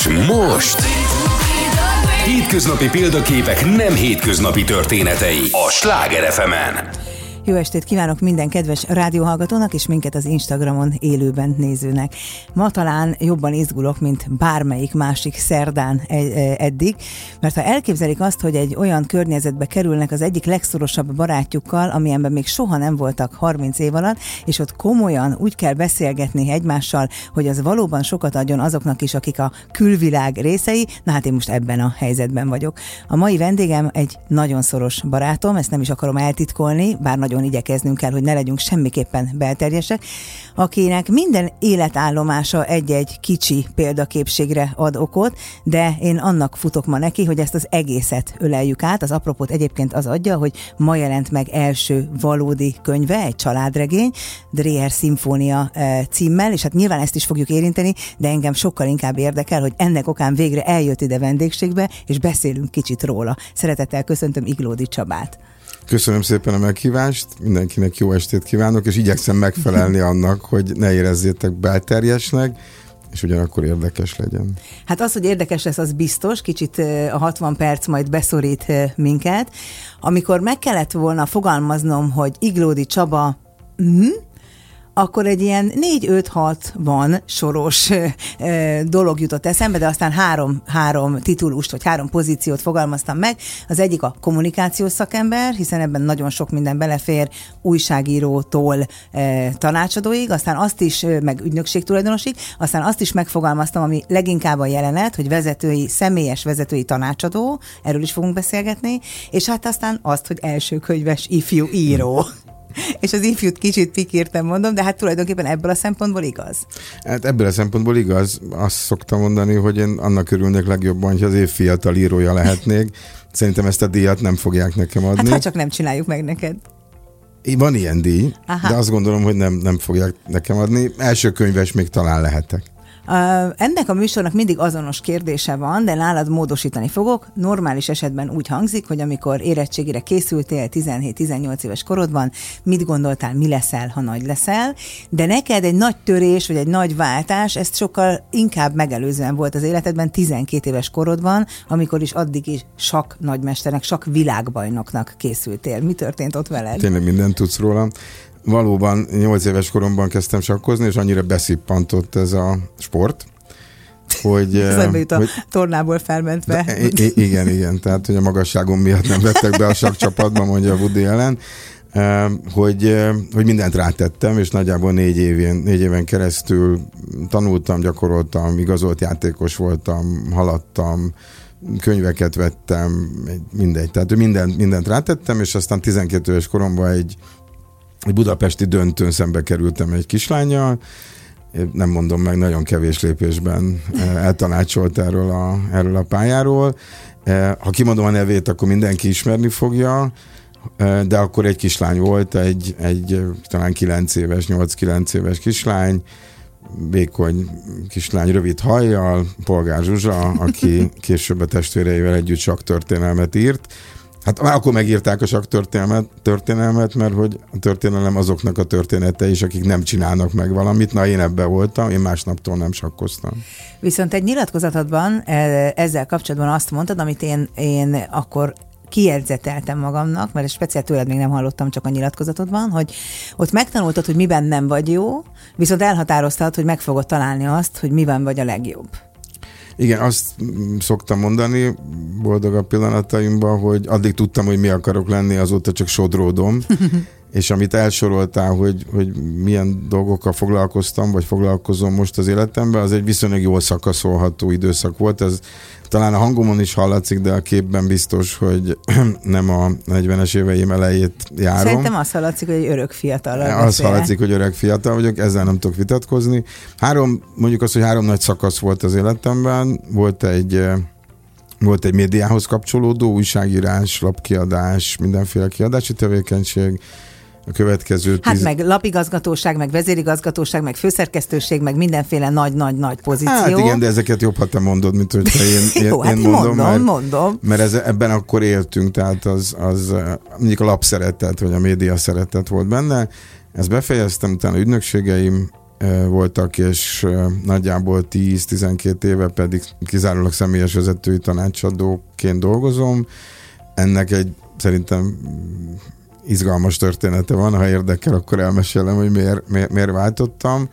És most hétköznapi példaképek nem hétköznapi történetei a Sláger FM-en. Jó estét kívánok minden kedves rádióhallgatónak és minket az Instagramon élőben nézőnek. Ma talán jobban izgulok, mint bármelyik másik szerdán eddig, mert ha elképzelik azt, hogy egy olyan környezetbe kerülnek az egyik legszorosabb barátjukkal, amilyenben még soha nem voltak 30 év alatt, és ott komolyan úgy kell beszélgetni egymással, hogy az valóban sokat adjon azoknak is, akik a külvilág részei, na hát én most ebben a helyzetben vagyok. A mai vendégem egy nagyon szoros barátom, ezt nem is akarom eltitkolni, bár nagyon igyekeznünk kell, hogy ne legyünk semmiképpen belterjesek, akinek minden életállomása egy-egy kicsi példaképségre ad okot, de én annak futok ma neki, hogy ezt az egészet öleljük át. Az apropót egyébként az adja, hogy ma jelent meg első valódi könyve, egy családregény, Dreher Szimfónia címmel, és hát nyilván ezt is fogjuk érinteni, de engem sokkal inkább érdekel, hogy ennek okán végre eljött ide vendégségbe, és beszélünk kicsit róla. Szeretettel köszöntöm Iglódi Csabát. Köszönöm szépen a meghívást, mindenkinek jó estét kívánok, és igyekszem megfelelni annak, hogy ne érezzétek belterjesnek, és ugyanakkor érdekes legyen. Hát az, hogy érdekes lesz, az biztos, kicsit a 60 perc majd beszorít minket. Amikor meg kellett volna fogalmaznom, hogy Iglódi Csaba, akkor egy ilyen 4-5-6 van soros dolog jutott eszembe, de aztán három titulust, vagy 3 pozíciót fogalmaztam meg. Az egyik a kommunikációs szakember, hiszen ebben nagyon sok minden belefér, újságírótól tanácsadóig, aztán azt is, meg ügynökségtulajdonosig, aztán azt is megfogalmaztam, ami leginkább a jelenet, hogy személyes vezetői tanácsadó, erről is fogunk beszélgetni, és hát aztán azt, hogy elsőkönyves ifjú író. És az ifjút kicsit pikírtem, mondom, de hát tulajdonképpen ebből a szempontból igaz. Hát ebből a szempontból igaz. Azt szoktam mondani, hogy én annak örülnék legjobban, hogy az év fiatal írója lehetnék. Szerintem ezt a díjat nem fogják nekem adni. Hát ha csak nem csináljuk meg neked. Van ilyen díj, de azt gondolom, hogy nem fogják nekem adni. Első könyves még talán lehetek. Ennek a műsornak mindig azonos kérdése van, de nálad módosítani fogok. Normális esetben úgy hangzik, hogy amikor érettségire készültél 17-18 éves korodban, mit gondoltál, mi leszel, ha nagy leszel, de neked egy nagy törés, vagy egy nagy váltás, ezt sokkal inkább megelőzően volt az életedben 12 éves korodban, amikor is addig is sakk nagymesternek, sakk világbajnoknak készültél. Mi történt ott veled? Tényleg mindent tudsz rólam. Valóban 8 éves koromban kezdtem sakkozni, és annyira beszippantott ez a sport, hogy... Szembe jut a tornából felmentve. Igen, tehát hogy a magasságom miatt nem vettek be a sakkcsapatba, mondja Woody Allen, hogy mindent rátettem, és nagyjából 4 éven keresztül tanultam, gyakoroltam, igazolt játékos voltam, haladtam, könyveket vettem, mindegy. Tehát mindent rátettem, és aztán 12 éves koromban egy budapesti döntőn szembe kerültem egy kislánnyal, nem mondom meg, nagyon kevés lépésben eltanácsolt erről a pályáról. Ha kimondom a nevét, akkor mindenki ismerni fogja, de akkor egy kislány volt, egy talán 8-9 éves kislány, vékony kislány, rövid hajjal, Polgár Zsuzsa, aki később a testvéreivel együtt sakktörténelmet írt. Hát akkor megírták a sakktörténelmet, mert hogy a történelem azoknak a története is, akik nem csinálnak meg valamit. Na, én ebben voltam, én másnaptól nem sakkoztam. Viszont egy nyilatkozatodban ezzel kapcsolatban azt mondtad, amit én akkor kijegyzeteltem magamnak, mert speciál tőled még nem hallottam, csak a nyilatkozatodban, hogy ott megtanultad, hogy miben nem vagy jó, viszont elhatároztad, hogy meg fogod találni azt, hogy miben vagy a legjobb. Igen, azt szoktam mondani boldogabb pillanataimban, hogy addig tudtam, hogy mi akarok lenni, azóta csak sodródom, és amit elsoroltál, hogy milyen dolgokkal foglalkoztam, vagy foglalkozom most az életemben, az egy viszonylag jól szakaszolható időszak volt. Ez talán a hangomon is hallatszik, de a képben biztos, hogy nem a 40-es éveim elejét járom. Szerintem azt hallatszik, hogy egy örök fiatal. Azt hallatszik, hogy öreg fiatal vagyok, ezzel nem tudok vitatkozni. Mondjuk azt, hogy 3 nagy szakasz volt az életemben. Volt egy médiához kapcsolódó újságírás, lapkiadás, mindenféle kiadási tevékenység. A következő meg lapigazgatóság, meg vezérigazgatóság, meg főszerkesztőség, meg mindenféle nagy pozíció. Hát igen, de ezeket jobb, ha te mondod, mint hogyha én jó, hát mondom. Mert ebben akkor éltünk, tehát az mondjuk a lapszeretet, vagy a média szeretet volt benne. Ezt befejeztem, utána ügynökségeim voltak, és nagyjából 10-12 éve pedig kizárólag személyes vezetői tanácsadóként dolgozom. Ennek egy szerintem izgalmas története van, ha érdekel, akkor elmesélem, hogy miért váltottam.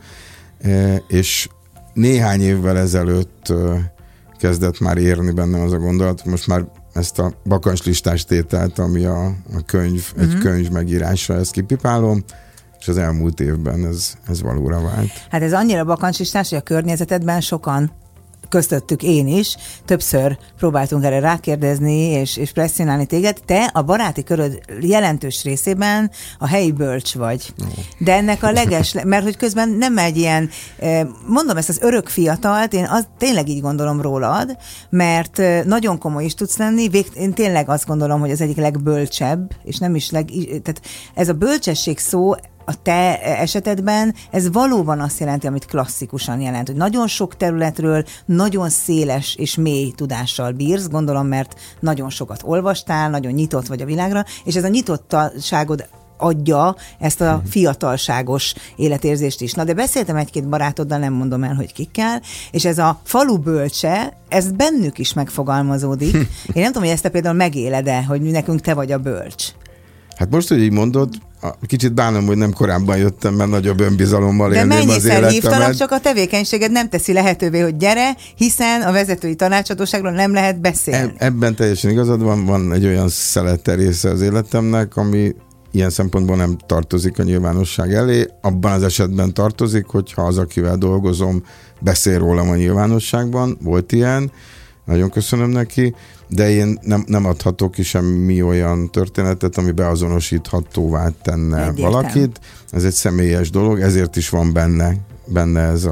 És néhány évvel ezelőtt kezdett már érni bennem az a gondolat, most már ezt a bakancslistás tételt, ami a könyv, egy könyv megírása, ezt kipipálom, és az elmúlt évben ez valóra vált. Hát ez annyira bakancslistás, hogy a környezetedben sokan, köztöttük én is, többször próbáltunk erre rákérdezni és presszionálni téged. Te a baráti köröd jelentős részében a helyi bölcs vagy. De ennek a mert hogy közben nem egy ilyen, mondom ezt az örök fiatalt, én tényleg így gondolom rólad, mert nagyon komoly is tudsz lenni, én tényleg azt gondolom, hogy az egyik legbölcsebb, és nem is tehát ez a bölcsesség szó, a te esetedben ez valóban azt jelenti, amit klasszikusan jelent, hogy nagyon sok területről nagyon széles és mély tudással bírsz, gondolom, mert nagyon sokat olvastál, nagyon nyitott vagy a világra, és ez a nyitottságod adja ezt a fiatalságos életérzést is. Na, de beszéltem egy-két barátoddal, nem mondom el, hogy kikkel, és ez a falu bölcse, ez bennük is megfogalmazódik. Én nem tudom, hogy ezt te például megéled-e, hogy nekünk te vagy a bölcs. Hát most, hogy így mondod, kicsit bánom, hogy nem korábban jöttem, mert nagyobb önbizalommal élném az életemet. De mennyiszer hívtalak, csak a tevékenységed nem teszi lehetővé, hogy gyere, hiszen a vezetői tanácsadóságról nem lehet beszélni. Ebben teljesen igazad van egy olyan szelete része az életemnek, ami ilyen szempontból nem tartozik a nyilvánosság elé. Abban az esetben tartozik, hogyha az, akivel dolgozom, beszél rólam a nyilvánosságban. Volt ilyen, nagyon köszönöm neki, de én nem adhatok ki semmi olyan történetet, ami beazonosíthatóvá tenne valakit. Ez egy személyes dolog, ezért is van benne ez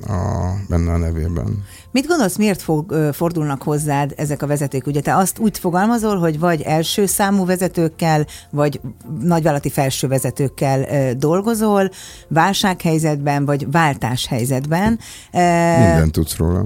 benne a nevében. Mit gondolsz, miért fordulnak hozzád ezek a vezetők? Ugye te azt úgy fogalmazol, hogy vagy első számú vezetőkkel, vagy nagyvállalati felső vezetőkkel dolgozol, válsághelyzetben, vagy váltáshelyzetben. Mindent tudsz róla.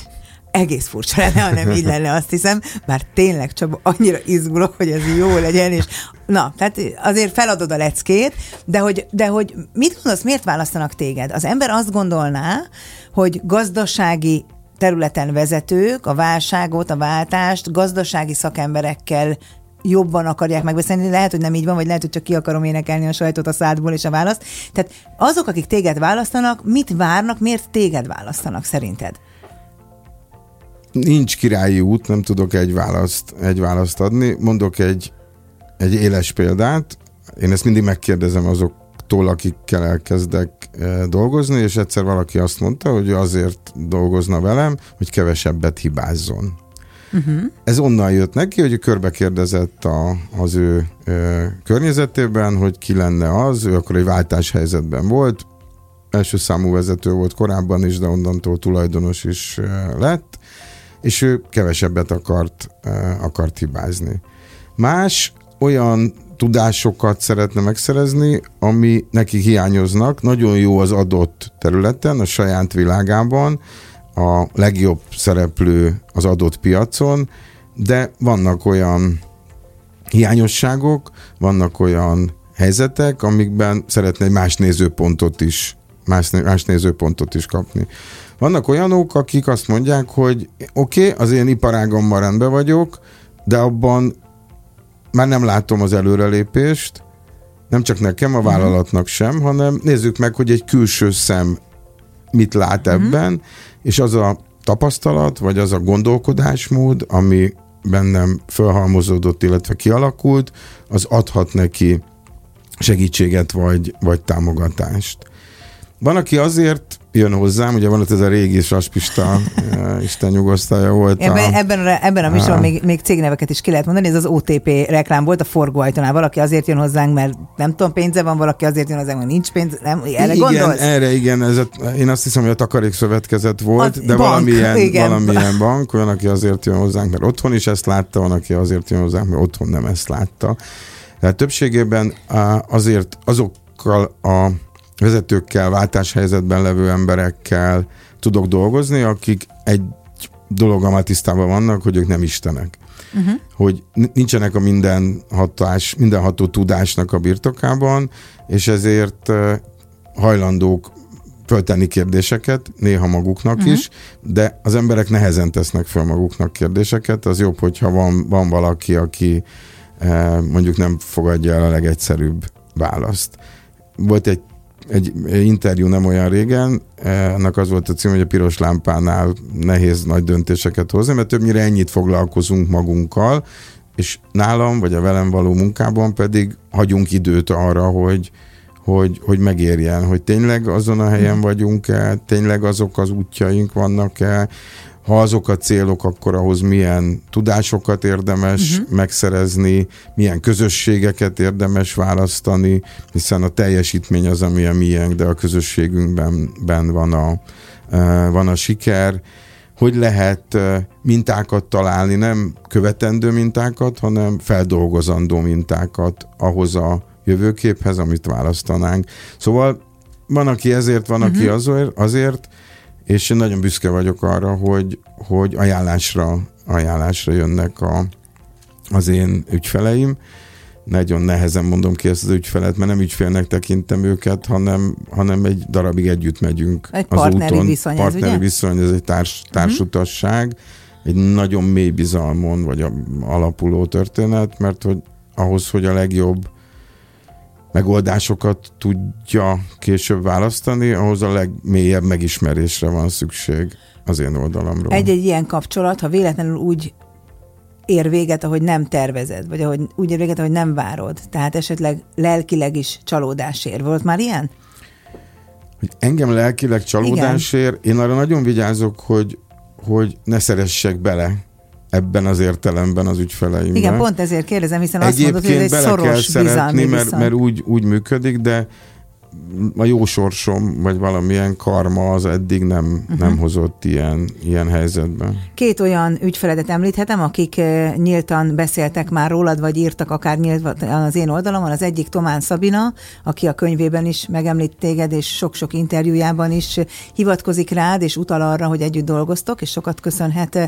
Egész furcsa lenne, ha nem így lenne, azt hiszem, bár tényleg Csaba, annyira izgulok, hogy ez jó legyen, és na, tehát azért feladod a leckét, de hogy mit gondolsz, miért választanak téged? Az ember azt gondolná, hogy gazdasági területen vezetők, a válságot, a váltást gazdasági szakemberekkel jobban akarják megbeszélni, lehet, hogy nem így van, vagy lehet, hogy csak ki akarom énekelni a sajtot a szádból és a választ. Tehát azok, akik téged választanak, mit várnak, miért téged választanak szerinted? Nincs királyi út, nem tudok egy választ adni. Mondok egy éles példát. Én ezt mindig megkérdezem azoktól, akikkel elkezdek dolgozni, és egyszer valaki azt mondta, hogy azért dolgozna velem, hogy kevesebbet hibázzon. Ez onnan jött neki, hogy körbe kérdezett az ő környezetében, hogy ki lenne az, ő akkor egy váltáshelyzetben volt, első számú vezető volt korábban is, de onnantól tulajdonos is lett, és ő kevesebbet akart hibázni. Más olyan tudásokat szeretne megszerezni, ami neki hiányoznak, nagyon jó az adott területen, a saját világában, a legjobb szereplő az adott piacon, de vannak olyan hiányosságok, vannak olyan helyzetek, amikben szeretne egy más nézőpontot is kapni. Vannak olyanok, akik azt mondják, hogy oké, az én iparágommal rendben vagyok, de abban már nem látom az előrelépést, nem csak nekem, a vállalatnak sem, hanem nézzük meg, hogy egy külső szem mit lát ebben, és az a tapasztalat, vagy az a gondolkodásmód, ami bennem felhalmozódott, illetve kialakult, az adhat neki segítséget, vagy támogatást. Van, aki azért jön hozzám, ugye van ott ez a régi saspista, Isten nyugosztalja volt. Ebben a műsorban még cégneveket is ki lehet mondani, ez az OTP reklám volt a forgóajtónál. Valaki azért jön hozzánk, mert nem tudom, pénze van, valaki azért jön hozzánk, mert nincs pénz. Nem, erre gondolsz? Igen, én azt hiszem, hogy a takarékszövetkezet volt, de valamilyen bank, olyan, aki azért jön hozzánk, mert otthon is ezt látta, van, aki azért jön hozzánk, mert otthon nem ezt látta. Tehát többségében azért azokkal a vezetőkkel, váltáshelyzetben levő emberekkel tudok dolgozni, akik egy dologgal már tisztában vannak, hogy ők nem istenek. Hogy nincsenek a mindenható tudásnak a birtokában, és ezért hajlandók föltenni kérdéseket, néha maguknak is, de az emberek nehezen tesznek föl maguknak kérdéseket. Az jobb, hogyha van valaki, aki mondjuk nem fogadja el a legegyszerűbb választ. Volt egy interjú nem olyan régen, annak az volt a cím, hogy a piros lámpánál nehéz nagy döntéseket hozni, mert többnyire ennyit foglalkozunk magunkkal, és nálam, vagy a velem való munkában pedig hagyunk időt arra, hogy megérjen, hogy tényleg azon a helyen vagyunk-e, tényleg azok az útjaink vannak-e, ha azok a célok, akkor ahhoz milyen tudásokat érdemes megszerezni, milyen közösségeket érdemes választani, hiszen a teljesítmény az, ami a miénk, de a közösségünkben van a siker. Hogy lehet mintákat találni, nem követendő mintákat, hanem feldolgozandó mintákat ahhoz a jövőképhez, amit választanánk. Szóval van, aki ezért, van, aki azért, és én nagyon büszke vagyok arra, hogy ajánlásra jönnek az én ügyfeleim. Nagyon nehezen mondom ki ezt az ügyfelet, mert nem ügyfélnek tekintem őket, hanem egy darabig együtt megyünk egy az partneri úton. Viszony, partneri viszony, ez egy társutasság, egy nagyon mély bizalmon vagy alapuló történet, mert hogy ahhoz, hogy a legjobb megoldásokat tudja később választani, ahhoz a legmélyebb megismerésre van szükség az én oldalamról. Egy-egy ilyen kapcsolat, ha véletlenül úgy ér véget, ahogy nem tervezed, vagy úgy ér véget, ahogy nem várod, tehát esetleg lelkileg is csalódás ér. Volt már ilyen? Hogy engem lelkileg csalódás ér, én arra nagyon vigyázok, hogy ne szeressek bele ebben az értelemben az ügyfeleimben. Igen, pont ezért kérdezem, hiszen egyébként azt mondod, hogy ez egy szoros bizalmi viszony. Mert úgy működik, de a jó sorsom, vagy valamilyen karma az eddig nem hozott ilyen helyzetben. 2 olyan ügyfeledet említhetem, akik nyíltan beszéltek már rólad, vagy írtak akár nyíltan az én oldalamon. Az egyik Tomán Szabina, aki a könyvében is megemlít téged, és sok-sok interjújában is hivatkozik rád, és utal arra, hogy együtt dolgoztok, és sokat köszönhet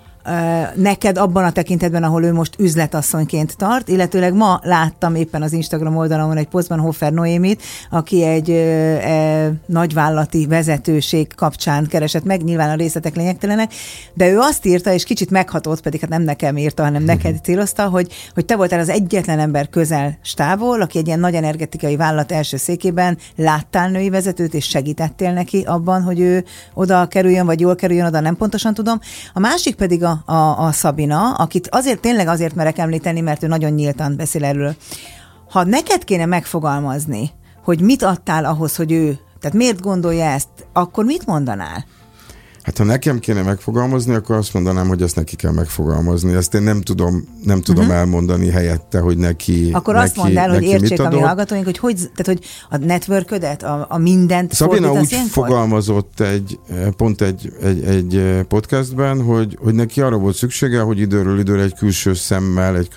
neked abban a tekintetben, ahol ő most üzletasszonyként tart, illetőleg ma láttam éppen az Instagram oldalamon egy posztban Hofer Noémit, aki egy nagyvállalati vezetőség kapcsán keresett meg, nyilván a részletek lényegtelenek, de ő azt írta, és kicsit meghatott, pedig hát nem nekem írta, hanem neked célozta, hogy te voltál az egyetlen ember közel stából, aki egy ilyen nagy energetikai vállalat első székében láttál női vezetőt, és segítettél neki abban, hogy ő oda kerüljön, vagy jól kerüljön oda, nem pontosan tudom. A másik pedig a Szabina, akit tényleg azért merek említeni, mert ő nagyon nyíltan beszél erről. Ha neked kéne megfogalmazni, hogy mit adtál ahhoz, hogy ő, tehát miért gondolja ezt, akkor mit mondanál? Hát ha nekem kéne megfogalmazni, akkor azt mondanám, hogy ezt neki kell megfogalmazni. Ezt én nem tudom elmondani helyette, hogy neki akkor azt mondd el, hogy értsék a mi hallgatóink, hogy a networködet, a mindent Szabina fordítasz úgy fogalmazott egy podcastben, hogy neki arra volt szüksége, hogy időről időre egy külső szemmel, egy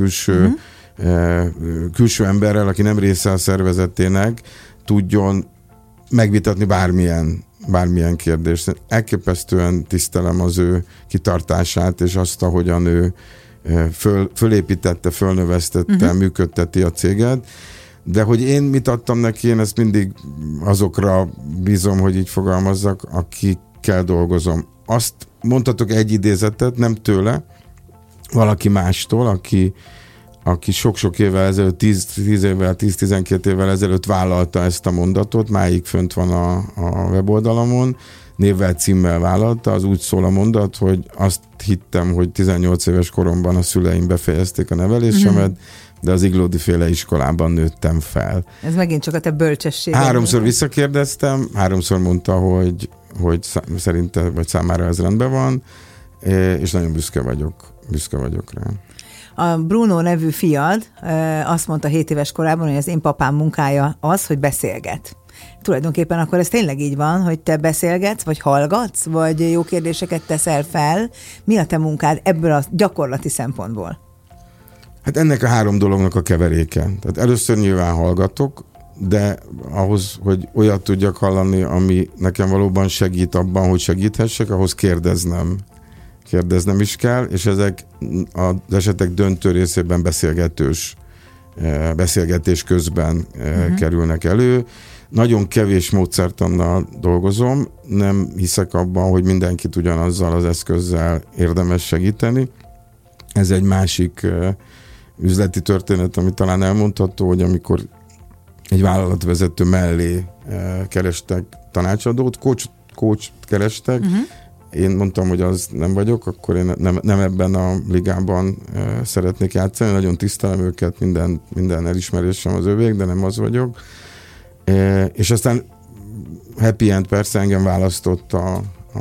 külső emberrel, aki nem része a szervezetének, tudjon megvitatni bármilyen kérdést. Elképesztően tisztelem az ő kitartását, és azt, ahogyan ő fölépítette, fölnövesztette, működteti a céget. De hogy én mit adtam neki, én ezt mindig azokra bízom, hogy így fogalmazzak, akikkel dolgozom. Azt mondhatok egy idézetet, nem tőle, valaki mástól, aki sok-sok évvel ezelőtt, 10-12 évvel ezelőtt vállalta ezt a mondatot, máig fönt van a weboldalamon, névvel, címmel vállalta, az úgy szól a mondat, hogy azt hittem, hogy 18 éves koromban a szüleim befejezték a nevelésemet, de az Iglódi féle iskolában nőttem fel. Ez megint csak a te bőcsességed. 3-szor visszakérdeztem, 3-szor mondta, hogy szerinte, vagy számára ez rendben van, és nagyon büszke vagyok rá. A Bruno nevű fiad azt mondta 7 éves korában, hogy az én papám munkája az, hogy beszélget. Tulajdonképpen akkor ez tényleg így van, hogy te beszélgetsz, vagy hallgatsz, vagy jó kérdéseket teszel fel. Mi a te munkád ebből a gyakorlati szempontból? Hát ennek a 3 dolognak a keveréke. Tehát először nyilván hallgatok, de ahhoz, hogy olyat tudjak hallani, ami nekem valóban segít abban, hogy segíthessek, ahhoz kérdeznem is kell, és ezek az esetek döntő részében beszélgetés közben kerülnek elő. nagyon kevés módszertannal dolgozom, nem hiszek abban, hogy mindenkit ugyanazzal az eszközzel érdemes segíteni. Ez egy másik üzleti történet, ami talán elmondható, hogy amikor egy vállalatvezető mellé kerestek tanácsadót, coach kerestek, én mondtam, hogy az nem vagyok, akkor én nem ebben a ligában szeretnék játszani, nagyon tisztelem őket, minden elismerésem az övék, de nem az vagyok. És aztán happy end, persze engem választott a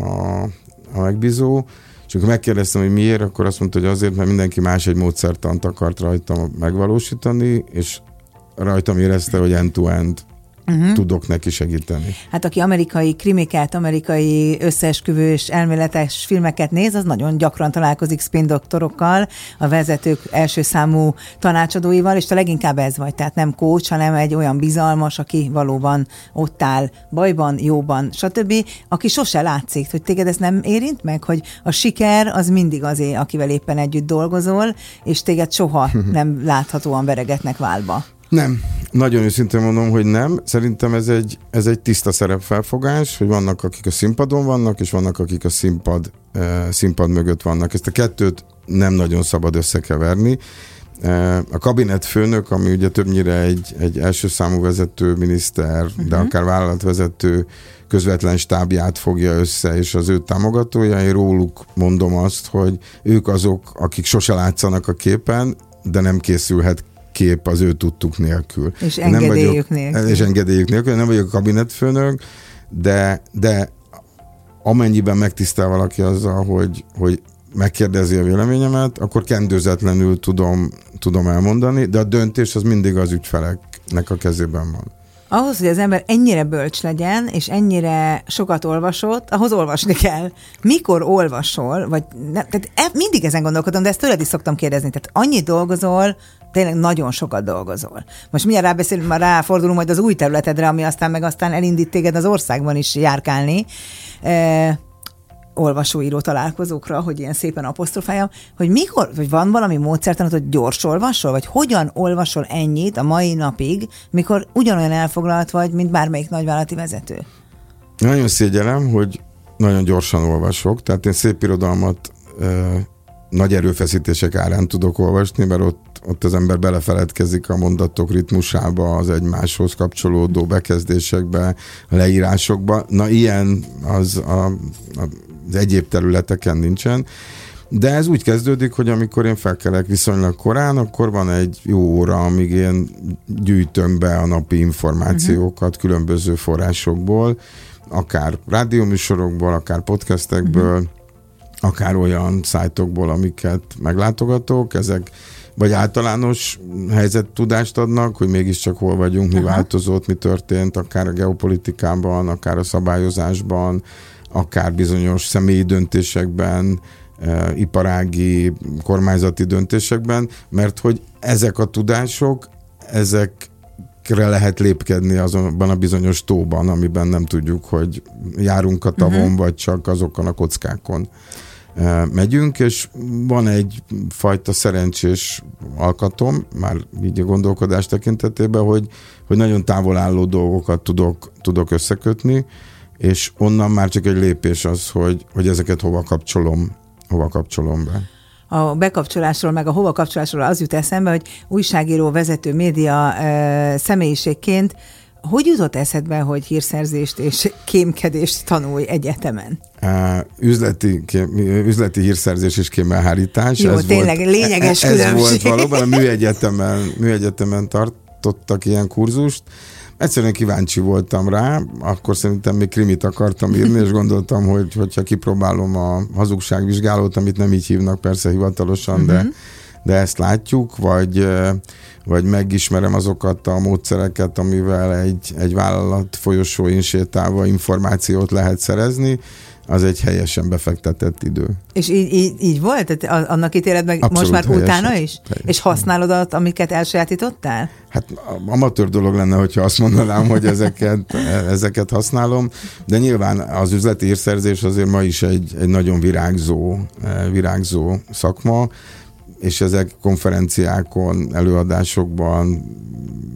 megbízó, és amikor megkérdeztem, hogy miért, akkor azt mondta, hogy azért, mert mindenki más egy módszertant akart rajtam megvalósítani, és rajtam érezte, hogy end-to-end tudok neki segíteni. Hát aki amerikai krimiket, amerikai összeesküvős elméletes filmeket néz, az nagyon gyakran találkozik spin doktorokkal, a vezetők első számú tanácsadóival, és te leginkább ez vagy, tehát nem coach, hanem egy olyan bizalmas, aki valóban ott áll bajban, jóban, stb., aki sose látszik, hogy téged ez nem érint meg, hogy a siker az mindig azé, akivel éppen együtt dolgozol, és téged soha nem láthatóan veregetnek válba. Nem. Nagyon őszintén mondom, hogy nem. Szerintem ez egy tiszta szerepfelfogás, hogy vannak, akik a színpadon vannak, és vannak, akik a színpad mögött vannak. Ezt a kettőt nem nagyon szabad összekeverni. A kabinetfőnök, ami ugye többnyire egy első számú vezető miniszter, de akár vállalatvezető közvetlen stábját fogja össze, és az ő támogatójai, róluk mondom azt, hogy ők azok, akik sose látszanak a képen, de nem készülhet kép az ő tudtuk nélkül. És engedélyük nélkül. És engedélyük nélkül. Nem vagyok kabinetfőnök, de amennyiben megtisztel valaki azzal, hogy megkérdezi a véleményemet, akkor kendőzetlenül tudom elmondani, de a döntés az mindig az ügyfeleknek a kezében van. Ahhoz, hogy az ember ennyire bölcs legyen, és ennyire sokat olvasott, ahhoz olvasni kell. Mikor olvasol, vagy tehát mindig ezen gondolkodom, de ezt tőled is szoktam kérdezni. Tehát annyit dolgozol, tényleg nagyon sokat dolgozol. Most mindjárt rábeszélünk, már ráfordulunk majd az új területedre, ami aztán elindít téged az országban is járkálni. Olvasóíró találkozókra, hogy ilyen szépen apostrofáljam, hogy mikor, vagy van valami módszertanod, hogy gyors olvasol, vagy hogyan olvasol ennyit a mai napig, mikor ugyanolyan elfoglalt vagy, mint bármelyik nagyvállalati vezető? Nagyon szégyellem, hogy nagyon gyorsan olvasok, tehát én szép irodalmat nagy erőfeszítések árán tudok olvasni, mert ott az ember belefeledkezik a mondatok ritmusába, az egymáshoz kapcsolódó bekezdésekbe, a leírásokba. Na ilyen az egyéb területeken nincsen. De ez úgy kezdődik, hogy amikor én felkelek viszonylag korán, akkor van egy jó óra, amíg én gyűjtöm be a napi információkat különböző forrásokból, akár rádióműsorokból, akár podcastekből, akár olyan szájtokból, amiket meglátogatok, ezek vagy általános helyzettudást adnak, hogy mégiscsak hol vagyunk, mi változott, mi történt, akár a geopolitikában, akár a szabályozásban, akár bizonyos személyi döntésekben, iparági, kormányzati döntésekben, mert hogy ezek a tudások, ezekre lehet lépkedni azonban a bizonyos tóban, amiben nem tudjuk, hogy járunk a tavon, vagy csak azokon a kockákon megyünk, és van egy fajta szerencsés alkatom, már így a gondolkodás tekintetében, hogy nagyon távol álló dolgokat tudok összekötni, és onnan már csak egy lépés az, hogy ezeket hova kapcsolom be. A bekapcsolásról, meg a hova kapcsolásról az jut eszembe, hogy újságíró, vezető, média személyiségként hogy jutott eszedbe, hogy hírszerzést és kémkedést tanulj egyetemen? Üzleti hírszerzés és kémelhárítás. Jó, ez tényleg volt, lényeges különbség. Ez volt valóban, a műegyetemen tartottak ilyen kurzust. Egyszerűen kíváncsi voltam rá, akkor szerintem még krimit akartam írni, és gondoltam, hogyha kipróbálom a hazugságvizsgálót, amit nem így hívnak persze hivatalosan, de ezt látjuk, vagy megismerem azokat a módszereket, amivel egy vállalat folyosóin sétálva információt lehet szerezni, az egy helyesen befektetett idő. És így volt? Tehát annak ítéled meg abszolút most már helyesen, utána is? Helyesen. És használod, amiket elsajátítottál? Hát amatőr dolog lenne, hogyha azt mondanám, hogy ezeket használom, de nyilván az üzleti hírszerzés azért ma is egy nagyon virágzó szakma, és ezek konferenciákon, előadásokban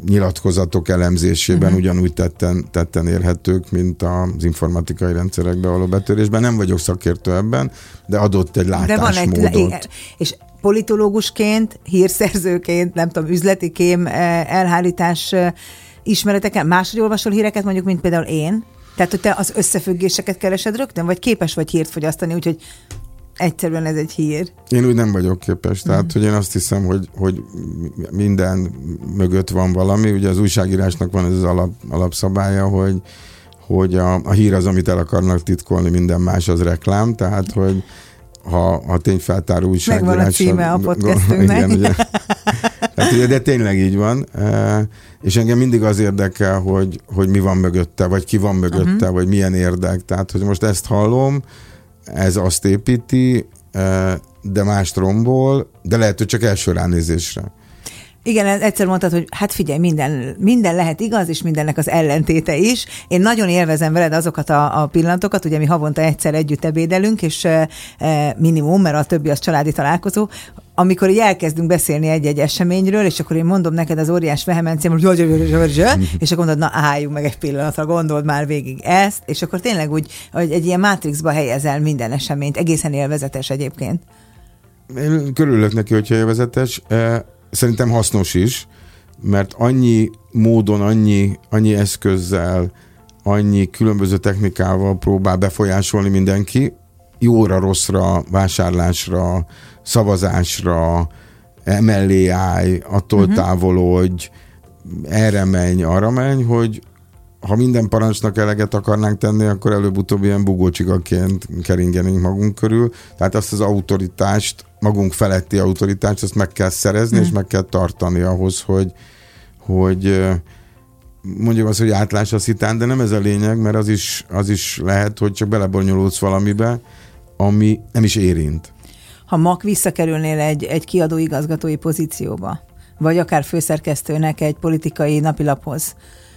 nyilatkozatok elemzésében ugyanúgy tetten érhetők, mint az informatikai rendszerekbe való betörésben. Nem vagyok szakértő ebben, de adott egy látásmódot. És politológusként, hírszerzőként, nem tudom, üzleti kém elhárítás ismereteken máshogy olvasol híreket, mondjuk, mint például én? Tehát, hogy te az összefüggéseket keresed rögtön, vagy képes vagy hírt fogyasztani, úgyhogy egyszerűen ez egy hír? Én úgy nem vagyok képes. Tehát, hogy én azt hiszem, hogy minden mögött van valami. Ugye az újságírásnak van ez az alapszabálya, hogy a hír az, amit el akarnak titkolni, minden más az reklám. Tehát, hogy ha a tényfeltáró újságírás... Megvan a címe a podcastünknek. Igen, ugye. Hát ugye, de tényleg így van. És engem mindig az érdekel, hogy mi van mögötte, vagy ki van mögötte, vagy milyen érdek. Tehát, hogy most ezt hallom, ez azt építi, de mást rombol, de lehet, hogy csak első ránézésre. Igen, egyszer mondtad, hogy hát figyelj, minden lehet igaz, és mindennek az ellentéte is. Én nagyon élvezem veled azokat a pillanatokat, ugye mi havonta egyszer együtt ebédelünk, és minimum, mert a többi az családi találkozó, amikor így elkezdünk beszélni egy-egy eseményről, és akkor én mondom neked az óriás vehemenciám, hogy és akkor mondod, na álljunk meg egy pillanatra, gondold már végig ezt, és akkor tényleg úgy, hogy egy ilyen mátrixba helyezel minden eseményt, egészen élvezetes egyébként. Én körülök neki, hogyha élvezetes. Szerintem hasznos is, mert annyi módon, annyi eszközzel, annyi különböző technikával próbál befolyásolni mindenki, jóra, rosszra, vásárlásra, szavazásra, emellé állj, attól távolodj, erre menj, arra menj, hogy ha minden parancsnak eleget akarnánk tenni, akkor előbb-utóbb ilyen bugócsikaként keringenénk magunk körül. Tehát azt az autoritást, magunk feletti autoritást, azt meg kell szerezni, és meg kell tartani ahhoz, hogy mondjuk azt, hogy átlás a szitán, de nem ez a lényeg, mert az is lehet, hogy csak belebonyolódsz valamibe, ami nem is érint. Ha ma visszakerülnél egy kiadó igazgatói pozícióba, vagy akár főszerkesztőnek egy politikai napilaphoz,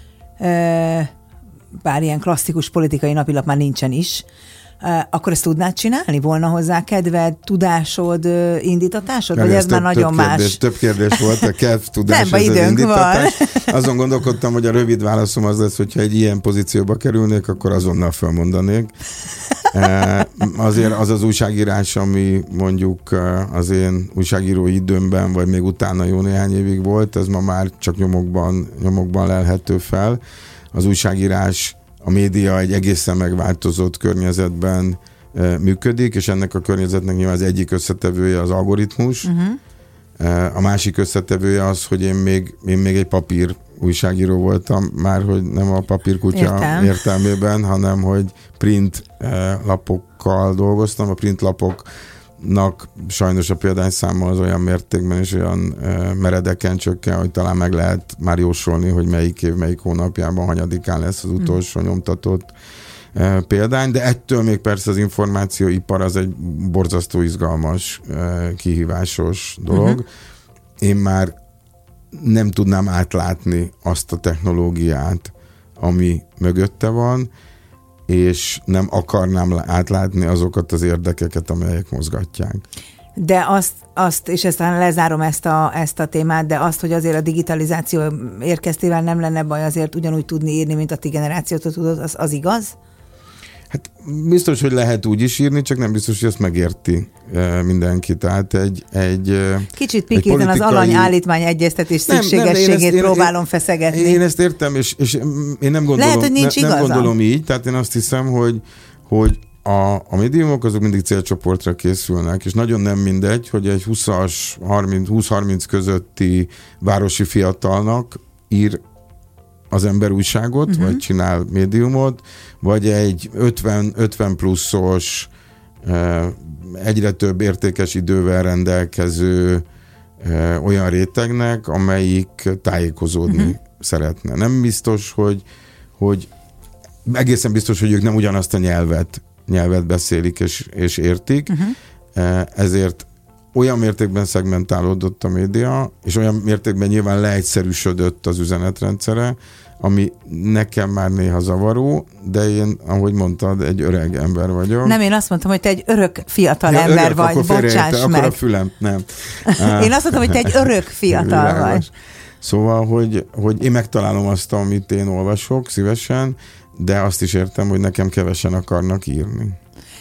bár ilyen klasszikus politikai napilap már nincsen is, akkor ezt tudnád csinálni? Volna hozzá kedved, tudásod, indítatásod? Vagy ez már nagyon más? Több kérdés volt, a kedv, tudás, ez az indítatás. Azon gondolkodtam, hogy a rövid válaszom az lesz, hogyha egy ilyen pozícióba kerülnék, akkor azonnal felmondanék. Azért az újságírás, ami mondjuk az én újságírói időmben, vagy még utána jó néhány évig volt, ez ma már csak nyomokban lelhető fel. Az újságírás, a média egy egészen megváltozott környezetben működik, és ennek a környezetnek nyilván az egyik összetevője az algoritmus. A másik összetevője az, hogy én még egy papír újságíró voltam, már hogy nem a papírkutya értelmében, hanem hogy print lapokkal dolgoztam. A print lapoknak sajnos a példányszáma az olyan mértékben és olyan meredeken csökken, hogy talán meg lehet már jósolni, hogy melyik év, melyik hónapjában, hanyadikán lesz az utolsó nyomtatott példány, de ettől még persze az információipar az egy borzasztó izgalmas, kihívásos dolog. Én már nem tudnám átlátni azt a technológiát, ami mögötte van, és nem akarnám átlátni azokat az érdekeket, amelyek mozgatják. De azt és aztán lezárom ezt a témát, de azt, hogy azért a digitalizáció érkeztével nem lenne baj azért ugyanúgy tudni írni, mint a ti generációtól tudod, az igaz? Hát biztos, hogy lehet úgy is írni, csak nem biztos, hogy ezt megérti mindenki. Tehát egy kicsit pikíten az alany-állítmány egyeztetés szükségességét próbálom feszegetni. Én ezt értem, és én nem gondolom, lehet, hogy nincs nem gondolom így, tehát én azt hiszem, hogy a médiumok azok mindig célcsoportra készülnek, és nagyon nem mindegy, hogy egy 20-30 közötti városi fiatalnak ír az ember újságot, vagy csinál médiumot, vagy egy 50 pluszos, egyre több értékes idővel rendelkező olyan rétegnek, amelyik tájékozódni szeretne. Nem biztos, hogy egészen biztos, hogy ők nem ugyanazt a nyelvet beszélik és értik, ezért olyan mértékben szegmentálódott a média, és olyan mértékben nyilván leegyszerűsödött az üzenetrendszere, ami nekem már néha zavaró, de én, ahogy mondtad, egy öreg ember vagyok. Nem, én azt mondtam, hogy te egy örök fiatal ember vagy, bocsáss meg. Akkor a fülem, nem. Én azt mondtam, hogy te egy örök fiatal vagy. Szóval, hogy én megtalálom azt, amit én olvasok szívesen, de azt is értem, hogy nekem kevesen akarnak írni.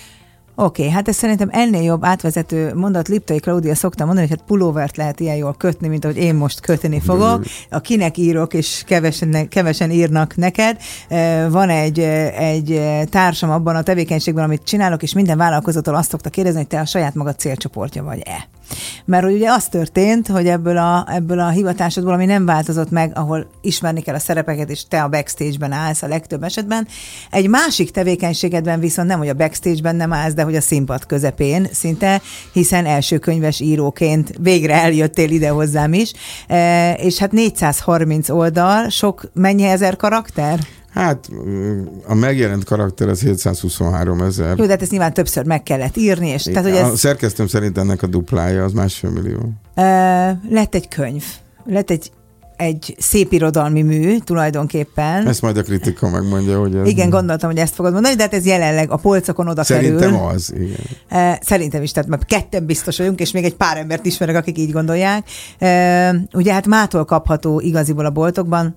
Oké, hát ez szerintem ennél jobb átvezető mondat. Liptai Klaudia szokta mondani, hogy hát pulóvert lehet ilyen jól kötni, mint ahogy én most kötni fogok. A kinek írok, és kevesen írnak neked. Van egy társam abban a tevékenységben, amit csinálok, és minden vállalkozótól azt szokta kérdezni, hogy te a saját magad célcsoportja vagy-e. Mert hogy ugye az történt, hogy ebből a hivatásodból, ami nem változott meg, ahol ismerni kell a szerepeket, és te a backstage-ben állsz a legtöbb esetben. Egy másik tevékenységedben viszont nem, hogy a backstage-ben nem állsz, de hogy a színpad közepén szinte, hiszen első könyves íróként végre eljöttél ide hozzám is. És hát 430 oldal, mennyi ezer karakter? Hát a megjelent karakter az 723 000. Jó, de hát ezt nyilván többször meg kellett írni. És tehát, hogy ez... A szerkesztőm szerint ennek a duplája az 1,5 millió. Lett egy könyv. Lett egy szép irodalmi mű tulajdonképpen. Ezt majd a kritika megmondja, hogy ez... Igen, gondoltam, hogy ezt fogod mondani, de hát ez jelenleg a polcokon oda kerül. Szerintem az, igen. Szerintem is, tehát mert ketten biztos vagyunk, és még egy pár embert ismerek, akik így gondolják. Ugye hát mától kapható igaziból a boltokban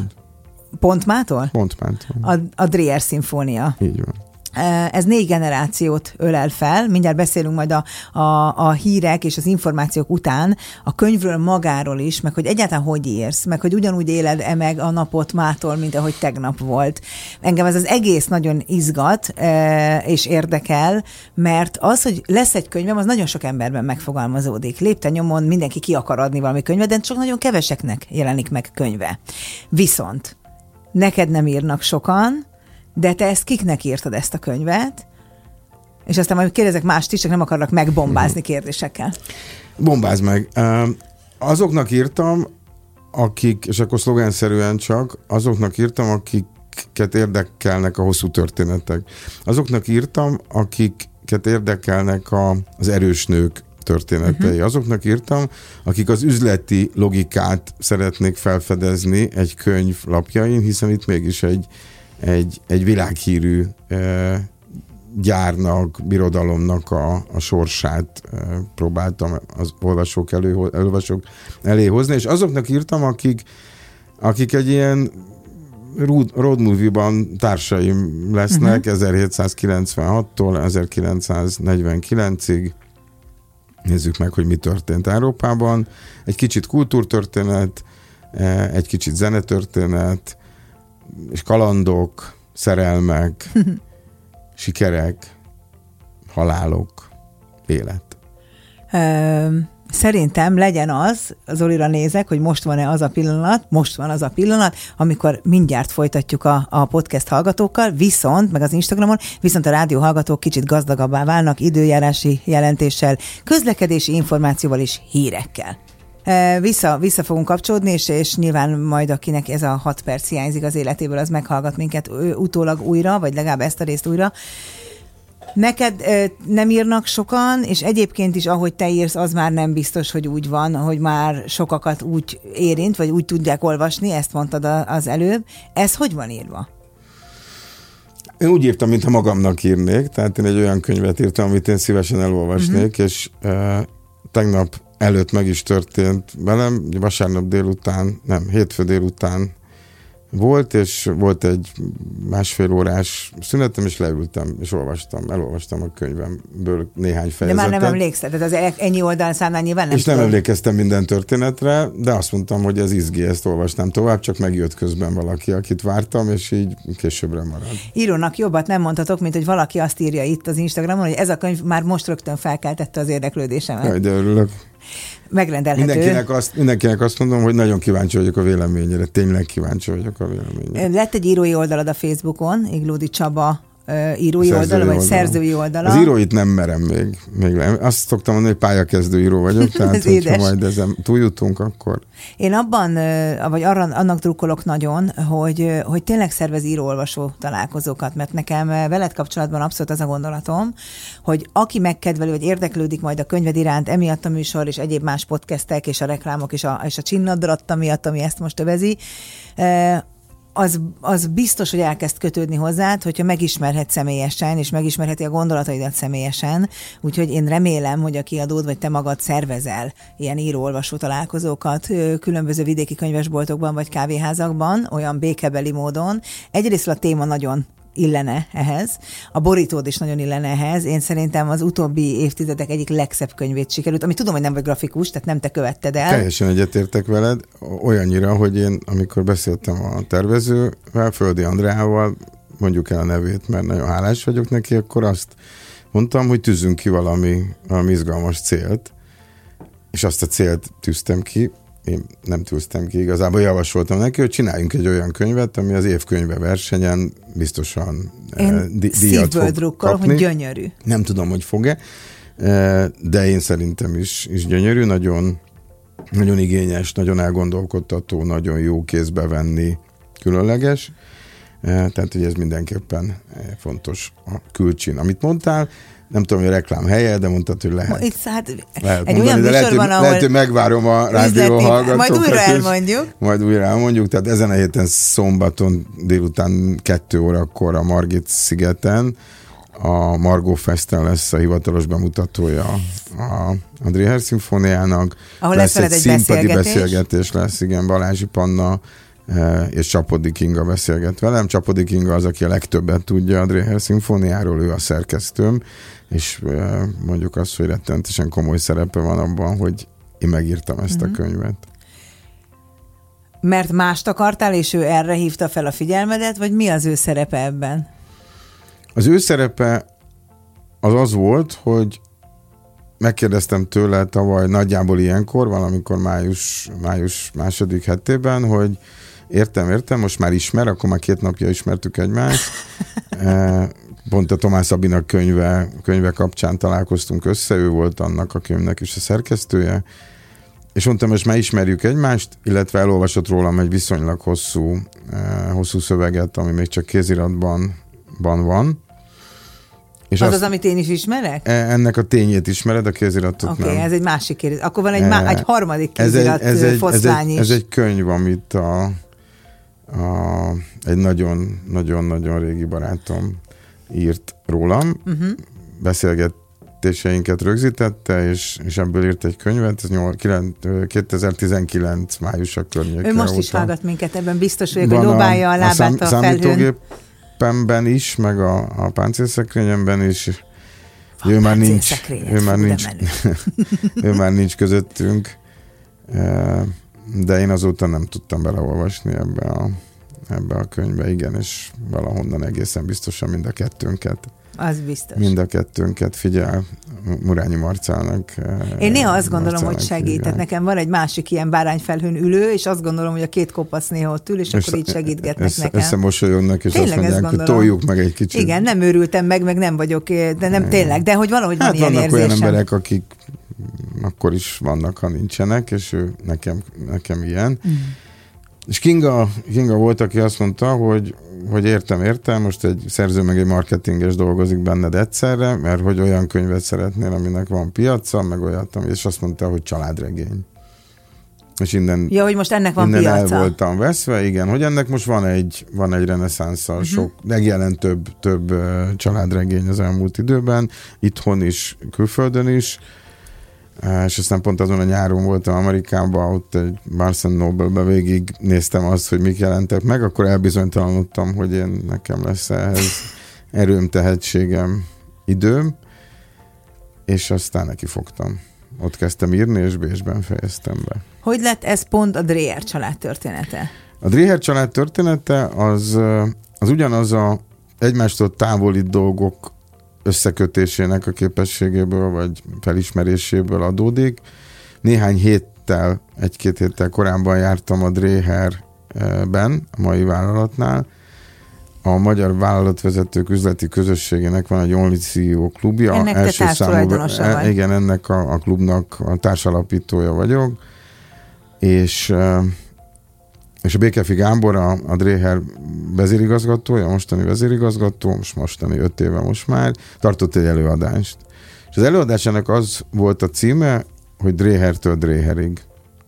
Pontmától? Pontmától. A Dreher szimfónia. Így van. Ez 4 generációt ölel fel, mindjárt beszélünk majd a hírek és az információk után a könyvről magáról is, meg hogy egyáltalán hogy írsz, meg hogy ugyanúgy éled-e meg a napot mától, mint ahogy tegnap volt. Engem ez az egész nagyon izgat és érdekel, mert az, hogy lesz egy könyvem, az nagyon sok emberben megfogalmazódik. Lépten nyomon mindenki ki akar adni valami könyvet, de csak nagyon keveseknek jelenik meg könyve. Viszont neked nem írnak sokan, de te ezt kiknek írtad ezt a könyvet? És aztán majd kérdezek mást is, csak nem akarlak megbombázni kérdésekkel. Bombázd meg. Azoknak írtam, akik, és akkor szlogenszerűen csak, azoknak írtam, akiket érdekelnek a hosszú történetek. Azoknak írtam, akiket érdekelnek az erős nők történetei. Azoknak írtam, akik az üzleti logikát szeretnék felfedezni egy könyv lapjain, hiszen itt mégis egy világhírű gyárnak, birodalomnak a sorsát próbáltam az olvasók elé hozni, és azoknak írtam, akik egy ilyen road movie-ban társaim lesznek 1796-tól 1949-ig. Nézzük meg, hogy mi történt Európában. Egy kicsit kultúrtörténet, egy kicsit zenetörténet, és kalandok, szerelmek, sikerek, halálok, élet. Szerintem legyen Zolira nézek, hogy most van az a pillanat, amikor mindjárt folytatjuk a podcast hallgatókkal, meg az Instagramon, viszont a rádió hallgatók kicsit gazdagabbá válnak időjárási jelentéssel, közlekedési információval és hírekkel. Vissza fogunk kapcsolódni, és nyilván majd akinek ez a 6 perc hiányzik az életéből, az meghallgat minket utólag újra, vagy legalább ezt a részt újra. Neked nem írnak sokan, és egyébként is, ahogy te írsz, az már nem biztos, hogy úgy van, hogy már sokakat úgy érint, vagy úgy tudják olvasni, ezt mondtad az előbb. Ez hogy van írva? Én úgy írtam, mintha magamnak írnék, tehát én egy olyan könyvet írtam, amit én szívesen elolvasnék, és tegnap előtt meg is történt velem, vasárnap délután, hétfő délután volt, és volt egy 1,5 órás szünetem, és leültem, és elolvastam a könyvemből néhány fejezetet. De már nem emlékszel, tehát az ennyi oldalszámnál nyilván nem. És nem emlékeztem minden történetre, de azt mondtam, hogy ez izgi, ezt olvastam tovább, csak megjött közben valaki, akit vártam, és így későbbre marad. Írónak jobbat nem mondhatok, mint hogy valaki azt írja itt az Instagramon, hogy ez a könyv már most rögtön felkeltette az érdeklődésemet. Jaj, de örülök. Megrendelhető. Mindenkinek azt mondom, hogy nagyon kíváncsi vagyok a véleményére. Tényleg kíváncsi vagyok a véleményére. Lett egy írói oldalad a Facebookon, Iglódi Csaba írói oldala, vagy szerzői oldala. Az íróit nem merem még. Azt szoktam mondani, hogy pályakezdő író vagyok, tehát hogyha majd ezen túljutunk, akkor... Én annak drukkolok nagyon, hogy tényleg szervez író-olvasó találkozókat, mert nekem veled kapcsolatban abszolút az a gondolatom, hogy aki megkedveli, vagy érdeklődik majd a könyved iránt, emiatt a műsor, és egyéb más podcastek, és a reklámok, és a csinnadrattam miatt, ami ezt most övezi, az biztos, hogy elkezd kötődni hozzád, hogyha megismerhet személyesen, és megismerheti a gondolataidat személyesen. Úgyhogy én remélem, hogy a kiadód, vagy te magad szervezel ilyen író-olvasó találkozókat különböző vidéki könyvesboltokban, vagy kávéházakban, olyan békebeli módon. Egyrészt a téma nagyon illene ehhez. A borítód is nagyon illene ehhez. Én szerintem az utóbbi évtizedek egyik legszebb könyvét sikerült, ami tudom, hogy nem vagy grafikus, tehát nem te követted el. Teljesen egyetértek veled, olyannyira, hogy én, amikor beszéltem a tervezővel, Földi Andreával, mondjuk el a nevét, mert nagyon hálás vagyok neki, akkor azt mondtam, hogy tűzzünk ki valami izgalmas célt, és azt a célt tűztem ki, én nem tűztem ki, igazából javasoltam neki, hogy csináljunk egy olyan könyvet, ami az évkönyve versenyen biztosan díjat fog drukkolom, hogy gyönyörű. Nem tudom, hogy fog-e, de én szerintem is gyönyörű, nagyon, nagyon igényes, nagyon elgondolkodtató, nagyon jó kézbe venni, különleges. Tehát, hogy ez mindenképpen fontos a külcsin. Amit mondtál, nem tudom, hogy a reklám helye, de mondtad, hogy lehet. Itt, hát, lehet egy mondani, olyan de műsor van, ahol lehet, hogy megvárom a rádió hallgatókat. Majd újra elmondjuk. Tehát ezen a héten szombaton délután 2 órakor a Margit szigeten a Margó Festen lesz a hivatalos bemutatója a Dreher szimfóniának. Ahol lesz egy színpadi beszélgetés lesz, igen, Balázsi Panna és Csapodi Kinga beszélget velem. Csapodi Kinga az, aki a legtöbbet tudja a Dreher szimfóniáról, ő a szerkesztőm, és mondjuk azt, hogy rettenetesen komoly szerepe van abban, hogy én megírtam ezt a könyvet. Mert mást akartál, és ő erre hívta fel a figyelmedet, vagy mi az ő szerepe ebben? Az ő szerepe az volt, hogy megkérdeztem tőle tavaly nagyjából ilyenkor, valamikor május második hetében, hogy értem, most már ismer, akkor már 2 napja ismertük egymást. Pont a Tomás Szabinak könyve kapcsán találkoztunk össze, ő volt annak a könyvnek is a szerkesztője, és mondtam, most már ismerjük egymást, illetve elolvasott rólam egy viszonylag hosszú szöveget, ami még csak kéziratban van. És az, amit én is ismerek? Ennek a tényét ismered, a kéziratot nem. Oké, ez egy másik kézirat. Akkor van egy harmadik kézirat foszlány is. Ez egy könyv, amit egy nagyon-nagyon régi barátom írt rólam. Beszélgetéseinket rögzítette, és ebből írt egy könyvet, ez 2019 májusa környéke. Ő most is hallgat minket, ebben biztos vagyok, hogy dobálja a lábát a felhőn. Is, meg a páncélszekrényemben is. Ő már nincs közöttünk, de én azóta nem tudtam beleolvasni ebbe a könyvbe, igen, és valahonnan egészen biztosan mind a kettőnket. Az biztos. Mind a kettőnket figyel Murányi Marcának. Én néha azt gondolom, hogy segít. Tehát nekem van egy másik ilyen bárányfelhőn ülő, és azt gondolom, hogy a 2 kopasz néha ott ül, és akkor így segítgetnek nekem. Összemosolyognak, és tényleg azt mondják, hogy toljuk meg egy kicsit. Igen, nem őrültem meg nem vagyok, de nem tényleg, de hogy valahogy van ilyen érzésem. Vannak olyan emberek, akik akkor is vannak, ha nincsenek, és ő nekem ilyen. És Kinga volt, aki azt mondta, hogy értem, most egy szerző meg egy marketinges dolgozik benned egyszerre, mert hogy olyan könyvet szeretnél, aminek van piaca, meg olyat, és azt mondta, hogy családregény. És innen, hogy most ennek van piaca. El voltam veszve, igen, hogy ennek most van egy reneszánszal, megjelent több családregény az elmúlt időben, itthon is, külföldön is, és aztán pont azon a nyáron voltam Amerikában, ott egy Barnes & Noble-be végig néztem azt, hogy mik jelentek meg, akkor elbizonytalanodtam, hogy nekem lesz ehhez erőm, tehetségem, időm, és aztán neki fogtam. Ott kezdtem írni, és Bécsben fejeztem be. Hogy lett ez pont a Dreher család története? A Dreher család története az ugyanaz a egymástól távoli dolgok összekötésének a képességéből, vagy felismeréséből adódik. Egy-két héttel korábban jártam a Dreherben, a mai vállalatnál. A Magyar Vállalatvezetők Üzleti Közösségének van egy Only CEO klubja. Ennek első te társtulajdonosa vagy. Igen, ennek a klubnak a társalapítója vagyok. És a Békefi Gábor, a Dreher vezérigazgatója, mostani vezérigazgató, mostani 5 éve most már, tartott egy előadást. És az előadásának az volt a címe, hogy Drehertől Dreherig.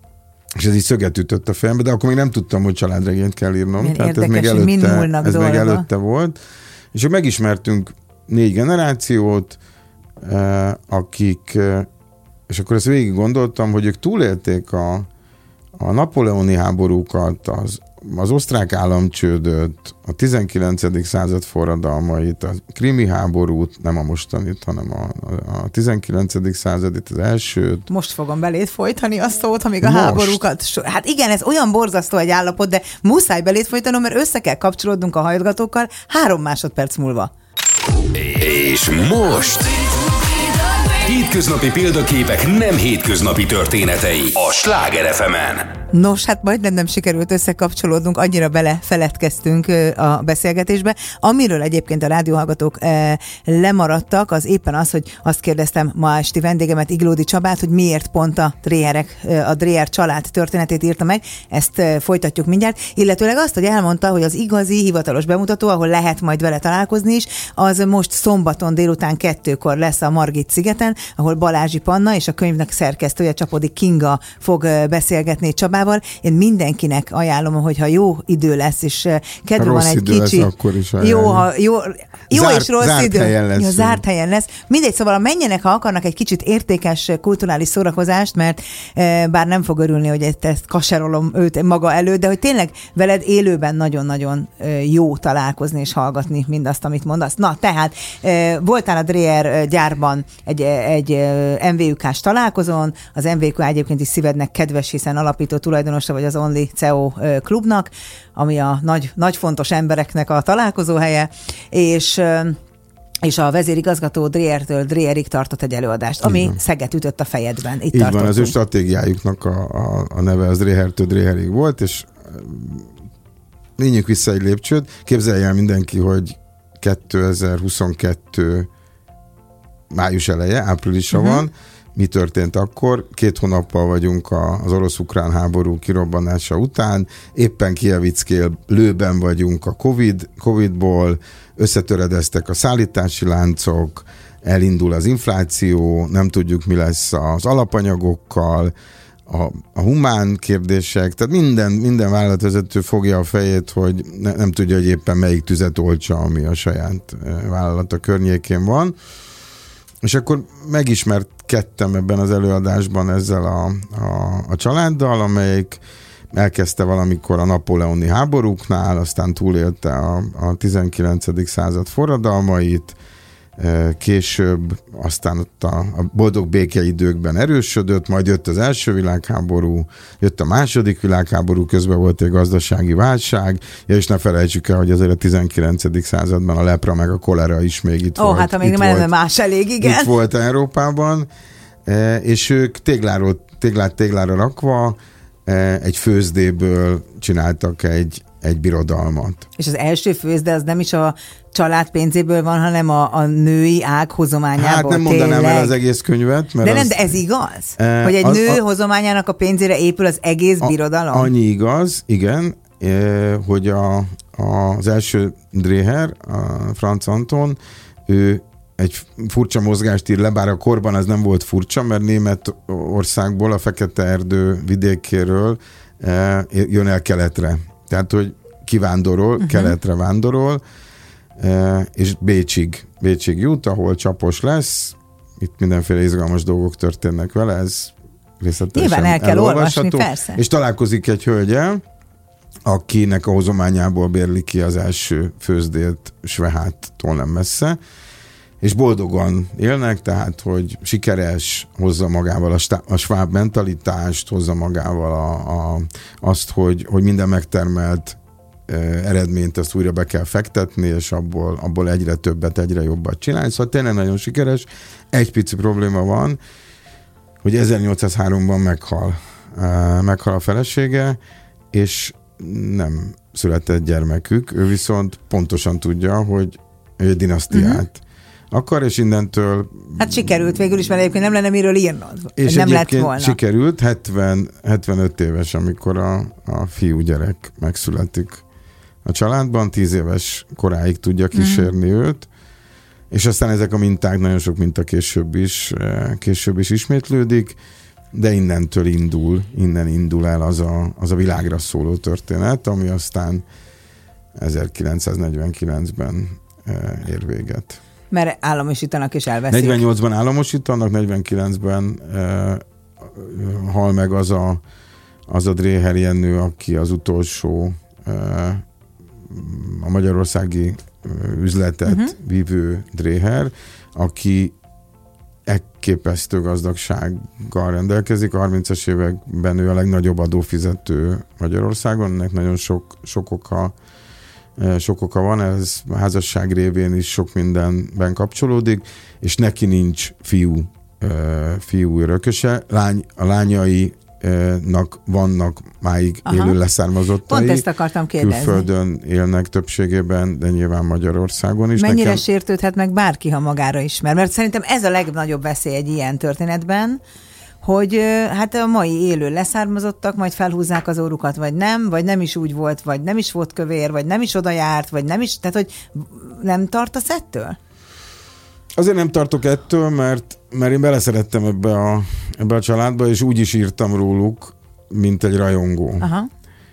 És ez így szöget ütött a fejembe, de akkor még nem tudtam, hogy családregényt kell írnom. Milyen tehát érdekes, ez még előtte volt. És akkor megismertünk 4 generációt, akik, és akkor ezt végig gondoltam, hogy ők túlélték a napóleoni háborúkat, az osztrák államcsődöt, a 19. század forradalmait, a krimi háborút, nem a mostanit, hanem a 19. századit, az elsőt. Most fogom beléd folytani a szót, amíg a háborúkat... Hát igen, ez olyan borzasztó egy állapot, de muszáj beléd folytanom, mert össze kell kapcsolódnunk a hallgatókkal 3 másodperc múlva. És most... Hétköznapi példaképek nem hétköznapi történetei a Sláger FM-en. Nos, hát majdnem nem sikerült összekapcsolódnunk, annyira belefeledkeztünk a beszélgetésbe. Amiről egyébként a rádióhallgatók lemaradtak, az éppen az, hogy azt kérdeztem ma esti vendégemet, Iglódi Csabát, hogy miért pont a Dreher család történetét írta meg. Ezt folytatjuk mindjárt. Illetőleg azt, hogy elmondta, hogy az igazi hivatalos bemutató, ahol lehet majd vele találkozni is, az most szombaton délután 2-kor lesz a Margit szigeten, ahol Balázsi Panna és a könyvnek szerkesztője Csapodi Kinga fog beszélgetni Csabával. Én mindenkinek ajánlom, hogyha jó idő lesz, és kedve van egy kicsi... Lesz, akkor is jó és rossz zárt idő. Helyen lesz. Zárt helyen lesz. Mindegy, szóval menjenek, ha akarnak egy kicsit értékes kulturális szórakozást, mert bár nem fog örülni, hogy ezt kaserolom őt maga előtt, de hogy tényleg veled élőben nagyon-nagyon jó találkozni és hallgatni mindazt, amit mondasz. Na, tehát voltál a Dreher gyárban egy MVUK-s találkozón, az MVUK egyébként is szívednek kedves, hiszen alapító tulajdonosa vagy az Only CEO klubnak, ami a nagy fontos embereknek a találkozóhelye, és a vezérigazgató Drehertől Dreherig tartott egy előadást, ami szeget ütött a fejedben. Itt így van, az ő stratégiájuknak a neve az Drehertől Dreherig volt, és lényünk vissza egy lépcsőt. Képzelje el mindenki, hogy 2022 május eleje, áprilisa van. Mi történt akkor? 2 hónappal vagyunk az orosz-ukrán háború kirobbanása után, éppen Kievickél-lőben vagyunk a Covid-ból, összetöredeztek a szállítási láncok, elindul az infláció, nem tudjuk, mi lesz az alapanyagokkal, a humán kérdések, tehát minden vállalatvezető fogja a fejét, hogy nem tudja, hogy éppen melyik tüzet oltsa, ami a saját vállalata környékén van. És akkor megismerkedtem ebben az előadásban ezzel a családdal, amelyik elkezdte valamikor a napóleoni háborúknál, aztán túlélte a 19. század forradalmait, később aztán ott a boldog békeidőkben erősödött, majd jött az első világháború, jött a második világháború, közben volt egy gazdasági válság, és ne felejtsük el, hogy azért a 19. században a lepra meg a kolera is még itt volt. Hát még nem más elég, igen. Itt volt Európában, és ők téglára rakva egy főzdéből csináltak egy birodalmat. És az első főzde az nem is a család pénzéből van, hanem a női ág hozományából. Hát nem mondanám el az egész könyvet. Mert de ez igaz? Hogy egy nő hozományának a pénzére épül az egész birodalom? Annyi igaz, igen, hogy az első Dreher, a Franz Anton, ő egy furcsa mozgást ír le, bár a korban az nem volt furcsa, mert Németországból, a Fekete-erdő vidékéről jön el keletre. Tehát, hogy kivándorol, keletre vándorol, és Bécsig jut, ahol csapos lesz, itt mindenféle izgalmas dolgok történnek vele, ez részletesen nyilván el kell olvasni, persze. És találkozik egy hölgyel, akinek a hozományából bérli ki az első főzdét Sveháttól nem messze, és boldogan élnek, tehát, hogy sikeres, hozza magával a sváb mentalitást, hozza magával azt, hogy minden megtermelt eredményt azt újra be kell fektetni, és abból egyre többet, egyre jobbat csinálni. Szóval tényleg nagyon sikeres. Egy pici probléma van, hogy 1803-ban meghal a felesége, és nem született gyermekük. Ő viszont pontosan tudja, hogy egy dinasztiát akar, és innentől... Hát sikerült végül is, mert egyébként nem lenne miről írnod. És nem lett volna. Sikerült, 75 éves, amikor a fiú gyerek megszületik a családban, 10 éves koráig tudja kísérni őt, és aztán ezek a minták, nagyon sok minta később is ismétlődik, de innen indul el az a világra szóló történet, ami aztán 1949-ben ér véget. Mert államosítanak és elveszik. 48-ban államosítanak, 49-ben hal meg az a Dréher Jenő, aki az utolsó a magyarországi üzletet vívő Dréher, aki elképesztő gazdagsággal rendelkezik. A 30-as években ő a legnagyobb adófizető Magyarországon, ennek nagyon sok oka van, ez a házasság révén is sok mindenben kapcsolódik, és neki nincs fiú örököse. A lányainak vannak máig élő leszármazottai. Pont ezt akartam kérdezni. Külföldön élnek többségében, de nyilván Magyarországon is. Mennyire sértődhet meg bárki, ha magára ismer? Mert szerintem ez a legnagyobb veszély egy ilyen történetben, hogy hát a mai élő leszármazottak majd felhúzzák az órukat, vagy nem is úgy volt, vagy nem is volt kövér, vagy nem is oda járt, vagy nem is, tehát hogy nem tartasz ettől? Azért nem tartok ettől, mert én beleszerettem ebbe a családba, és úgy is írtam róluk, mint egy rajongó. Aha.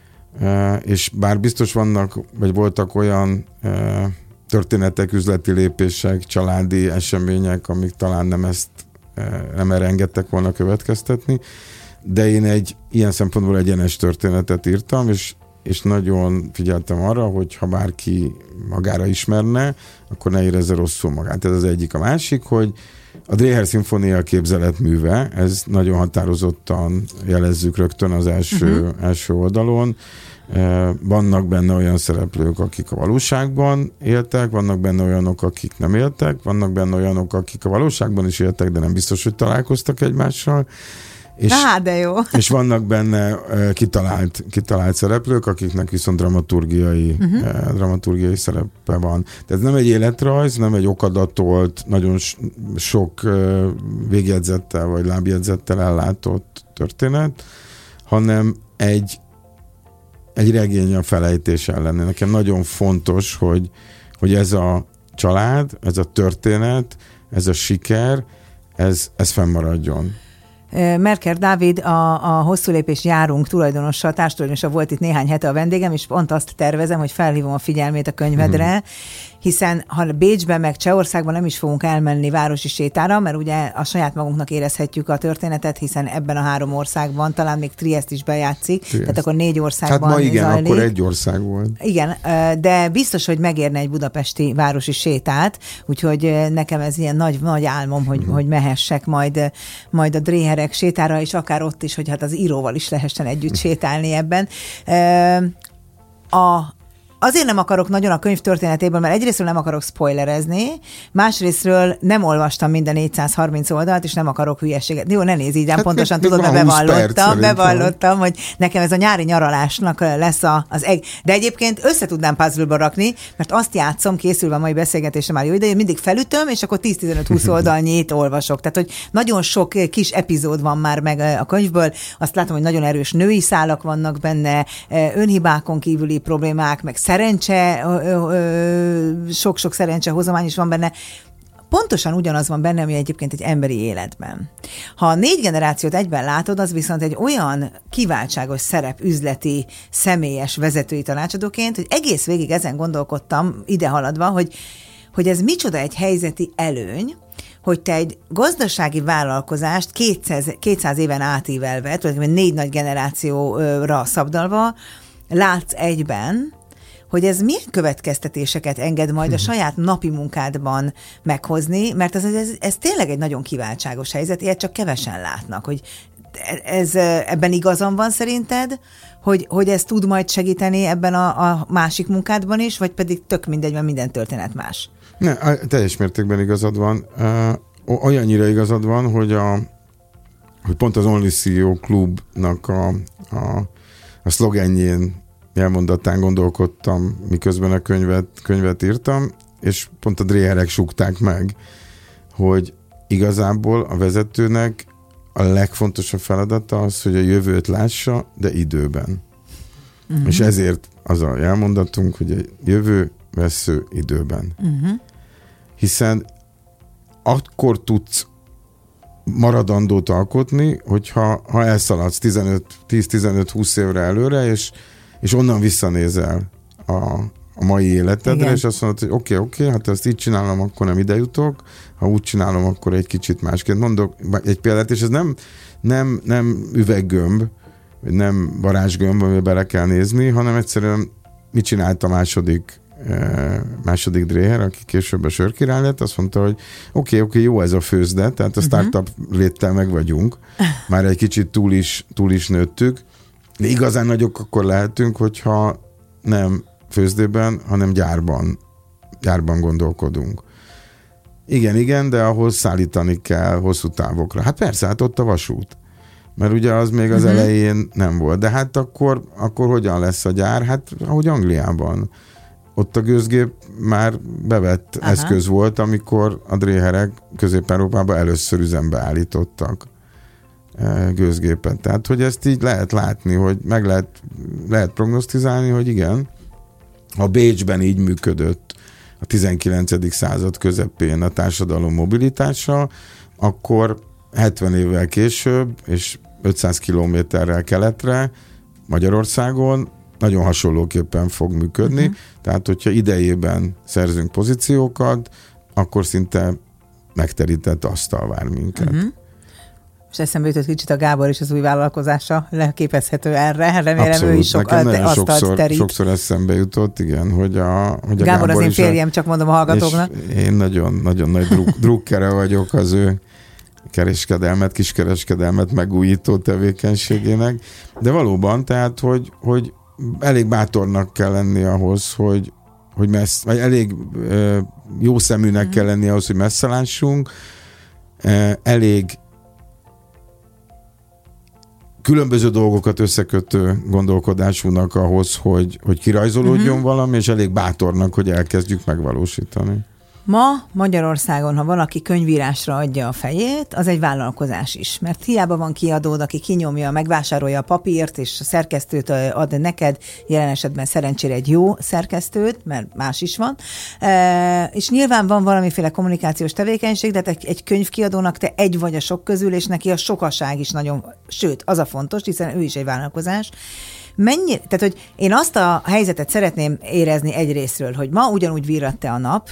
És bár biztos voltak olyan történetek, üzleti lépések, családi események, amik talán nem erre engedtek volna következtetni, de én ilyen szempontból egyenes történetet írtam, és nagyon figyeltem arra, hogy ha bárki magára ismerne, akkor ne érezze rosszul magát. Ez az egyik. A másik, hogy a Dréher szimfónia képzeletműve, ez nagyon határozottan jelezzük rögtön az első oldalon. Vannak benne olyan szereplők, akik a valóságban éltek, vannak benne olyanok, akik nem éltek, vannak benne olyanok, akik a valóságban is éltek, de nem biztos, hogy találkoztak egymással. De jó. És vannak benne kitalált szereplők, akiknek viszont dramaturgiai szerepe van. Tehát nem egy életrajz, nem egy okadatolt, nagyon sok végjegyzettel vagy lábjegyzettel ellátott történet, hanem egy regény a felejtés ellen. Nekem nagyon fontos, hogy ez a család, ez a történet, ez a siker, ez fennmaradjon. Merker Dávid, a Hosszú lépés járunk tulajdonosa, társtulajdonosa volt itt néhány hete a vendégem, és pont azt tervezem, hogy felhívom a figyelmét a könyvedre, hiszen ha Bécsben meg Csehországban nem is fogunk elmenni városi sétára, mert ugye a saját magunknak érezhetjük a történetet, hiszen ebben a 3 országban, talán még Triest is bejátszik, tehát akkor 4 országban hát ma igen, zajlik. Akkor egy ország volt. Igen, de biztos, hogy megérne egy budapesti városi sétát, úgyhogy nekem ez ilyen nagy álmom, hogy mehessek majd a Dréherek sétára, és akár ott is, hogy hát az íróval is lehessen együtt sétálni ebben. Azért nem akarok nagyon a könyv történetéből, mert egyrésztről nem akarok spoilerezni, másrésztről nem olvastam minden 430 oldalt, és nem akarok hülyeséget. Jó, ne nézz így, hát pontosan tudod, mert bevallottam, hogy nekem ez a nyári nyaralásnak lesz de egyébként összetudnám puzzle-ba rakni, mert azt játszom, készülve a mai beszélgetésre már jó ideje, mindig felütöm, és akkor 10-15-20 oldalnyit olvasok. Tehát, hogy nagyon sok kis epizód van már meg a könyvből, azt látom, hogy nagyon erős női szálak vannak benne, önhibákon kívüli problémák, meg sok-sok szerencse hozomány is van benne. Pontosan ugyanaz van benne, ami egyébként egy emberi életben. Ha a 4 generációt egyben látod, az viszont egy olyan kiváltságos szerep, üzleti, személyes vezetői tanácsadóként, hogy egész végig ezen gondolkodtam, ide haladva, hogy ez micsoda egy helyzeti előny, hogy te egy gazdasági vállalkozást 200 éven átívelve, tulajdonképpen 4 nagy generációra szabdalva látsz egyben, hogy ez milyen következtetéseket enged majd a saját napi munkádban meghozni, mert ez tényleg egy nagyon kiváltságos helyzet, ilyet csak kevesen látnak, hogy ebben igazam van szerinted, hogy ez tud majd segíteni ebben a másik munkádban is, vagy pedig tök mindegy, mert minden történet más? Ne, teljes mértékben igazad van. Olyannyira igazad van, hogy pont az Only CEO Klubnak a szlogenjén, elmondatán gondolkodtam, miközben a könyvet írtam, és pont a Dréherek súgták meg, hogy igazából a vezetőnek a legfontosabb feladata az, hogy a jövőt lássa, de időben. Uh-huh. És ezért az a elmondatunk, hogy a jövő vesző időben. Uh-huh. Hiszen akkor tudsz maradandót alkotni, hogyha elszaladsz 10-15-20 évre előre, és onnan visszanézel a mai életedre, igen. És azt mondod, hogy oké, hát ezt így csinálom, akkor nem ide jutok, ha úgy csinálom, akkor egy kicsit másként. Mondok egy példát, és ez nem üveggömb, vagy nem varázsgömb, amiben bele kell nézni, hanem egyszerűen mit csinált a második Dreher, aki később a sörkirály lett, azt mondta, hogy oké, jó ez a főzde, tehát a startup léttel meg vagyunk, már egy kicsit túl is nőttük, de igazán nagyok akkor lehetünk, hogyha nem főzdében, hanem gyárban gondolkodunk. Igen, de ahhoz szállítani kell hosszú távokra. Hát persze, hát ott a vasút. Mert ugye az még az elején nem volt. De hát akkor hogyan lesz a gyár? Hát ahogy Angliában. Ott a gőzgép már bevett eszköz volt, amikor a Dreherek Közép-Európában először üzembe állítottak gőzgépet. Tehát, hogy ezt így lehet látni, hogy meg lehet prognosztizálni, hogy igen, ha Bécsben így működött a 19. század közepén a társadalom mobilitása, akkor 70 évvel később, és 500 kilométerrel keletre Magyarországon nagyon hasonlóképpen fog működni. Tehát, hogyha idejében szerzünk pozíciókat, akkor szinte megterített asztal vár minket. És eszembe jutott kicsit a Gábor is az új vállalkozása leképezhető erre. Remélem abszolút, ő is sokszor eszembe jutott, igen, hogy a Gábor az én férjem, csak mondom a hallgatóknak. Én nagyon nagy drukkere vagyok az ő kiskereskedelmet megújító tevékenységének, de valóban, tehát, hogy elég bátornak kell lenni ahhoz, hogy vagy elég jó szeműnek kell lenni ahhoz, hogy messze lássunk, elég különböző dolgokat összekötő gondolkodásúnak ahhoz, hogy kirajzolódjon valami, és elég bátornak, hogy elkezdjük megvalósítani. Ma Magyarországon, ha valaki könyvírásra adja a fejét, az egy vállalkozás is. Mert hiába van kiadód, aki kinyomja, megvásárolja a papírt, és a szerkesztőt ad neked, jelen esetben szerencsére egy jó szerkesztőt, mert más is van. És nyilván van valamiféle kommunikációs tevékenység, de egy könyvkiadónak te egy vagy a sok közül, és neki a sokaság is nagyon, sőt, az a fontos, hiszen ő is egy vállalkozás. Tehát, hogy én azt a helyzetet szeretném érezni egyrészről, hogy ma ugyanúgy virrat-e a nap,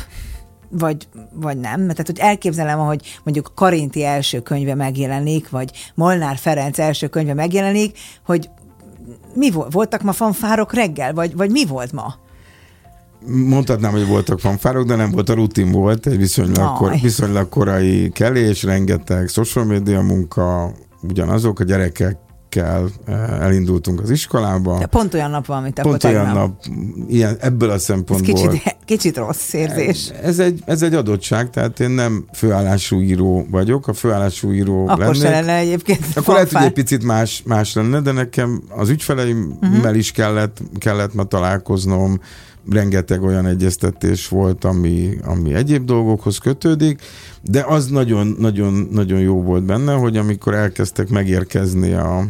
vagy nem. Tehát, hogy elképzelem, hogy mondjuk Karinti első könyve megjelenik, vagy Molnár Ferenc első könyve megjelenik, hogy mi voltak ma fanfárok reggel, vagy mi volt ma? Mondhatnám, hogy voltak fanfárok, de nem volt, a rutin volt, egy viszonylag korai kelés, rengeteg social media munka, ugyanazok a gyerekek, elindultunk az iskolába. De pont olyan nap van, mint akkor tegnap. Pont olyan nap, ilyen, ebből a szempontból. Kicsit rossz érzés. Ez egy adottság, tehát én nem főállású író vagyok, a főállású író akkor lennék. Se lenne egyébként. Akkor lehet, hogy egy picit más lenne, de nekem az ügyfeleimmel is kellett ma találkoznom, rengeteg olyan egyeztetés volt, ami egyéb dolgokhoz kötődik, de az nagyon jó volt benne, hogy amikor elkezdtek megérkezni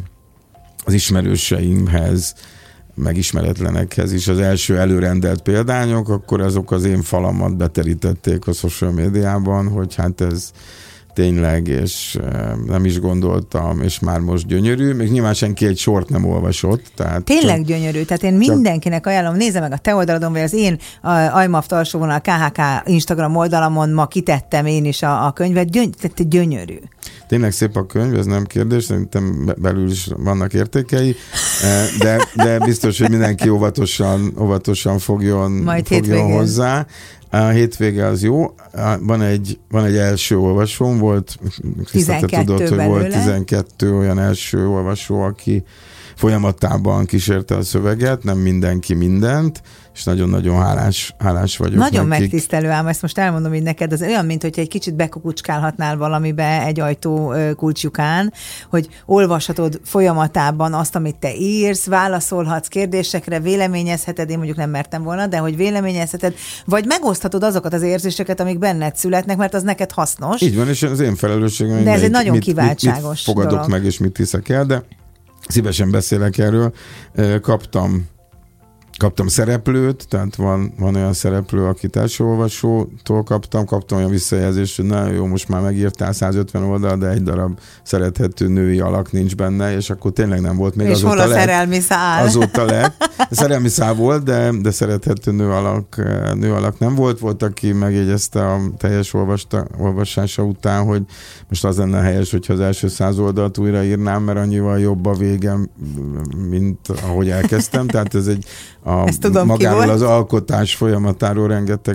az ismerőseimhez, meg ismeretlenekhez is az első előrendelt példányok, akkor azok az én falamat beterítették a social médiában, hogy hát ez tényleg, és nem is gondoltam, és már most gyönyörű. Még nyilván senki egy sort nem olvasott. Tehát tényleg gyönyörű. Tehát én mindenkinek ajánlom, nézze meg a te oldaladon, vagy az én Ajmaft alsóvonal KHK Instagram oldalamon ma kitettem én is a könyvet. Tehát gyönyörű. Tényleg szép a könyv, ez nem kérdés, szerintem belül is vannak értékei, de biztos, hogy mindenki óvatosan fogjon hozzá. A hétvége az jó. Van egy első olvasóm, volt, 12 tudod, hogy volt 12 olyan első olvasó, aki folyamatában kísérte a szöveget, nem mindenki mindent, és nagyon-nagyon hálás vagyok nagyon nekik. Megtisztelő, ám ezt most elmondom így neked, az olyan, mint hogyha egy kicsit bekukucskálhatnál valamibe egy ajtó kulcsjukán, hogy olvashatod folyamatában azt, amit te írsz, válaszolhatsz kérdésekre, véleményezheted, én mondjuk nem mertem volna, de hogy véleményezheted, vagy megoszthatod azokat az érzéseket, amik benned születnek, mert az neked hasznos. Így van, és az én felelősségem, de ez egy nagyon kiváltságos mit fogadok dolog. meg, és mit hiszek el, de szívesen beszélek erről. Kaptam Kaptam szereplőt, tehát van olyan szereplő, akit első olvasótól kaptam olyan visszajelzést, hogy nagyon jó, most már megírtál 150 oldal, de egy darab szerethető női alak nincs benne, és akkor tényleg nem volt még. És hol a szerelmi szál? Azóta lett. Szerelmi szál volt, de szerethető nő alak nem volt. Volt, aki megjegyezte a teljes olvasása után, hogy most az lenne helyes, hogyha az első 100 oldalt újraírnám, mert annyival jobb a végem, mint ahogy elkezdtem. Tehát ez egy magáról az alkotás folyamatáról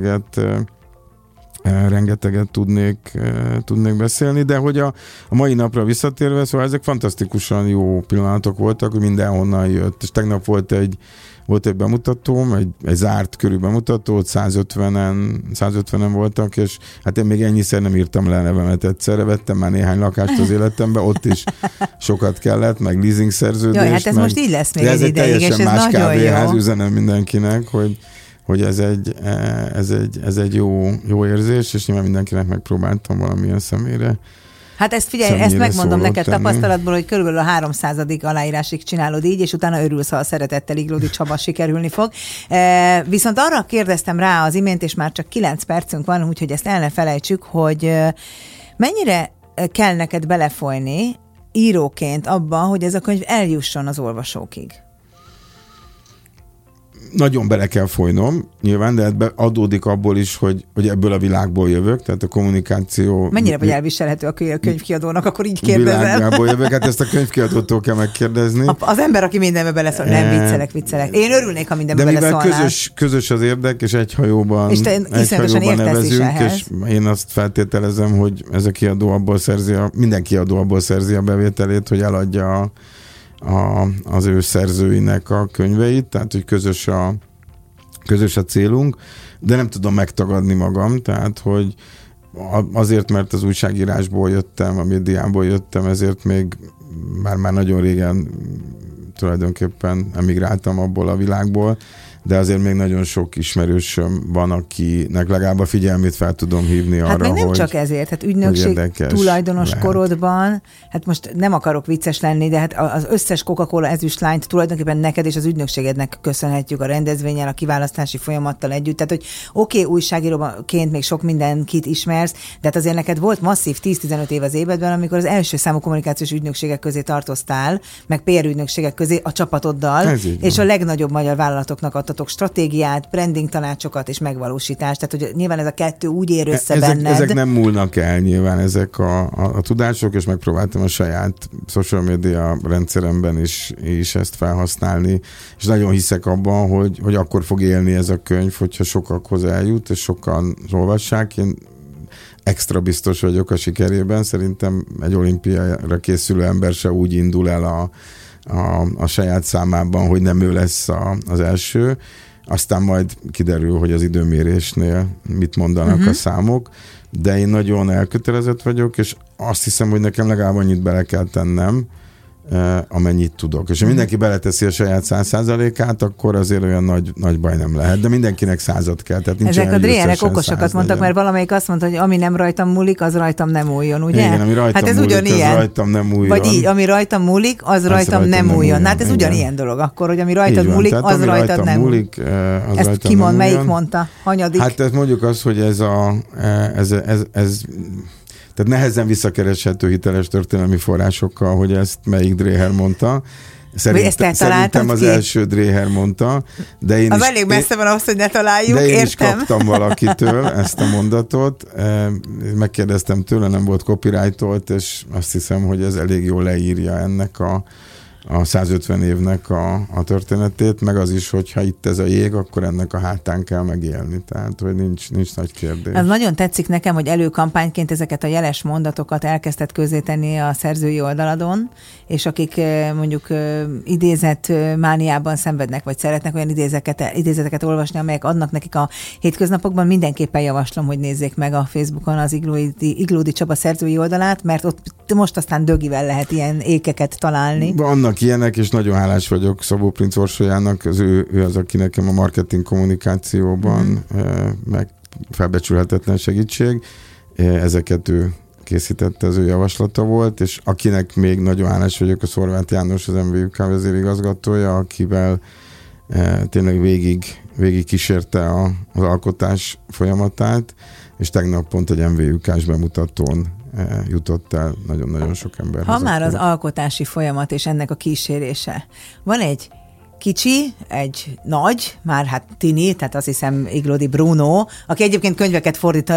rengeteget tudnék beszélni, de hogy a mai napra visszatérve, szóval ezek fantasztikusan jó pillanatok voltak, hogy mindenhonnan jött, és tegnap volt egy bemutatóm, egy zárt körű bemutató, 150-en voltak, és hát én még ennyiszer nem írtam le a nevemet egyszerre, vettem már néhány lakást az életemben, ott is sokat kellett, meg leasing szerződés. Jaj, hát ez most így lesz még egy ideig, teljesen és ez más nagyon kávéház, jó. üzenem mindenkinek, hogy ez egy jó érzés, és nyilván mindenkinek megpróbáltam valamilyen személyre. Hát ezt figyelj, ezt megmondom neked tapasztalatból, hogy körülbelül a 300. aláírásig csinálod így, és utána örülsz, ha a szeretettel Iglódi Csaba sikerülni fog. Viszont arra kérdeztem rá az imént, és már csak 9 percünk van, úgyhogy ezt el ne felejtsük, hogy mennyire kell neked belefolyni íróként abba, hogy ez a könyv eljusson az olvasókig? Nagyon bele kell folynom, nyilván, de adódik abból is, hogy ebből a világból jövök, tehát a kommunikáció... Mennyire vagy elviselhető a könyvkiadónak, akkor így kérdezem. Világból jövök, hát ezt a könyvkiadótól kell megkérdezni. Az ember, aki mindenbe beleszól, nem viccelek. Én örülnék, ha mindenbe beleszólnál. De mivel közös az érdek, és egy hajóban nevezünk, és én azt feltételezem, hogy ez a kiadó minden kiadó abból szerzi a bevételét, hogy eladja az ő szerzőinek a könyveit, tehát hogy közös a célunk, de nem tudom megtagadni magam, tehát hogy azért, mert az újságírásból jöttem, a médiából jöttem, ezért még már nagyon régen tulajdonképpen emigráltam abból a világból, de azért még nagyon sok ismerősöm van, akinek legalább a figyelmét fel tudom hívni arra, hát meg nem hogy csak ezért, hát ügynökség tulajdonos lehet. Korodban, hát most nem akarok vicces lenni, de hát az összes Coca-Cola ezüstlányt tulajdonképpen neked és az ügynökségednek köszönhetjük a rendezvényen, a kiválasztási folyamattal együtt. Tehát, hogy oké, újságíróként még sok mindenkit ismersz, de hát azért neked volt masszív 10-15 év az életben, amikor az első számú kommunikációs ügynökségek közé tartoztál, meg PR ügynökségek közé a csapatoddal, és a legnagyobb magyar vállalatoknak adtatok stratégiát, branding tanácsokat és megvalósítást. Tehát, hogy nyilván ez a kettő úgy ér össze benned. Ezek nem múlnak el nyilván, ezek a tudások, és megpróbáltam a saját social media rendszeremben is ezt felhasználni, és nagyon hiszek abban, hogy akkor fog élni ez a könyv, hogyha sokakhoz eljut, és sokan olvassák. Én extra biztos vagyok a sikerében. Szerintem egy olimpiára készülő ember se úgy indul el a saját számában, hogy nem ő lesz az első. Aztán majd kiderül, hogy az időmérésnél mit mondanak a számok, de én nagyon elkötelezett vagyok, és azt hiszem, hogy nekem legalább annyit bele kell tennem, amennyit tudok. És ha mindenki beleteszi a saját 100%-át, akkor azért olyan nagy baj nem lehet. De mindenkinek 100 kell. Tehát ezek a dréherek okosakat mondtak, mert valamelyik azt mondta, hogy ami nem rajtam múlik, az rajtam nem újjon, ugye? Igen, ami rajtam hát ez múlik, ugyanilyen. Az rajtam nem újjon. Vagy így, ami rajtam múlik, az rajtam nem újjon. Hát ez ugyanilyen dolog akkor, hogy ami rajtad múlik, az rajtad nem múlik. Ezt ki mond, melyik mondta? Hanyadik? Hát ez mondjuk az, hogy ez tehát nehezen visszakereshető hiteles történelmi forrásokkal, hogy ezt melyik dréher mondta. Szerintem az első dréher mondta, de én az is... elég messze van ahhoz, hogy ne találjuk, de én értem. is kaptam valakitől ezt a mondatot. Megkérdeztem tőle, nem volt copyrightolt, és azt hiszem, hogy ez elég jól leírja ennek a 150 évnek a történetét, meg az is, hogyha itt ez a jég, akkor ennek a hátán kell megélni. Tehát, hogy nincs nagy kérdés. Ez nagyon tetszik nekem, hogy előkampányként ezeket a jeles mondatokat elkezdett közzétenni a szerzői oldaladon, és akik mondjuk idézet mániában szenvednek, vagy szeretnek olyan idézeteket olvasni, amelyek adnak nekik a hétköznapokban, mindenképpen javaslom, hogy nézzék meg a Facebookon az Iglódi Csaba szerzői oldalát, mert ott most aztán dögivel lehet ilyen ékeket találni. Vannak ilyenek, és nagyon hálás vagyok Szabó Princ Orsolyának, ő az, aki nekem a marketing kommunikációban meg felbecsülhetetlen segítség. Ezeket ő készítette, az ő javaslata volt, és akinek még nagyon hálás vagyok, a Szorváth János, az MVUK vezérigazgatója, akivel tényleg végig kísérte az alkotás folyamatát, és tegnap pont egy MVUK-s bemutatón jutott el nagyon-nagyon sok emberhez. Ha már az alkotási folyamat és ennek a kísérése. Van egy kicsi, egy nagy, már hát tini, tehát azt hiszem Iglodi Bruno, aki egyébként könyveket fordít,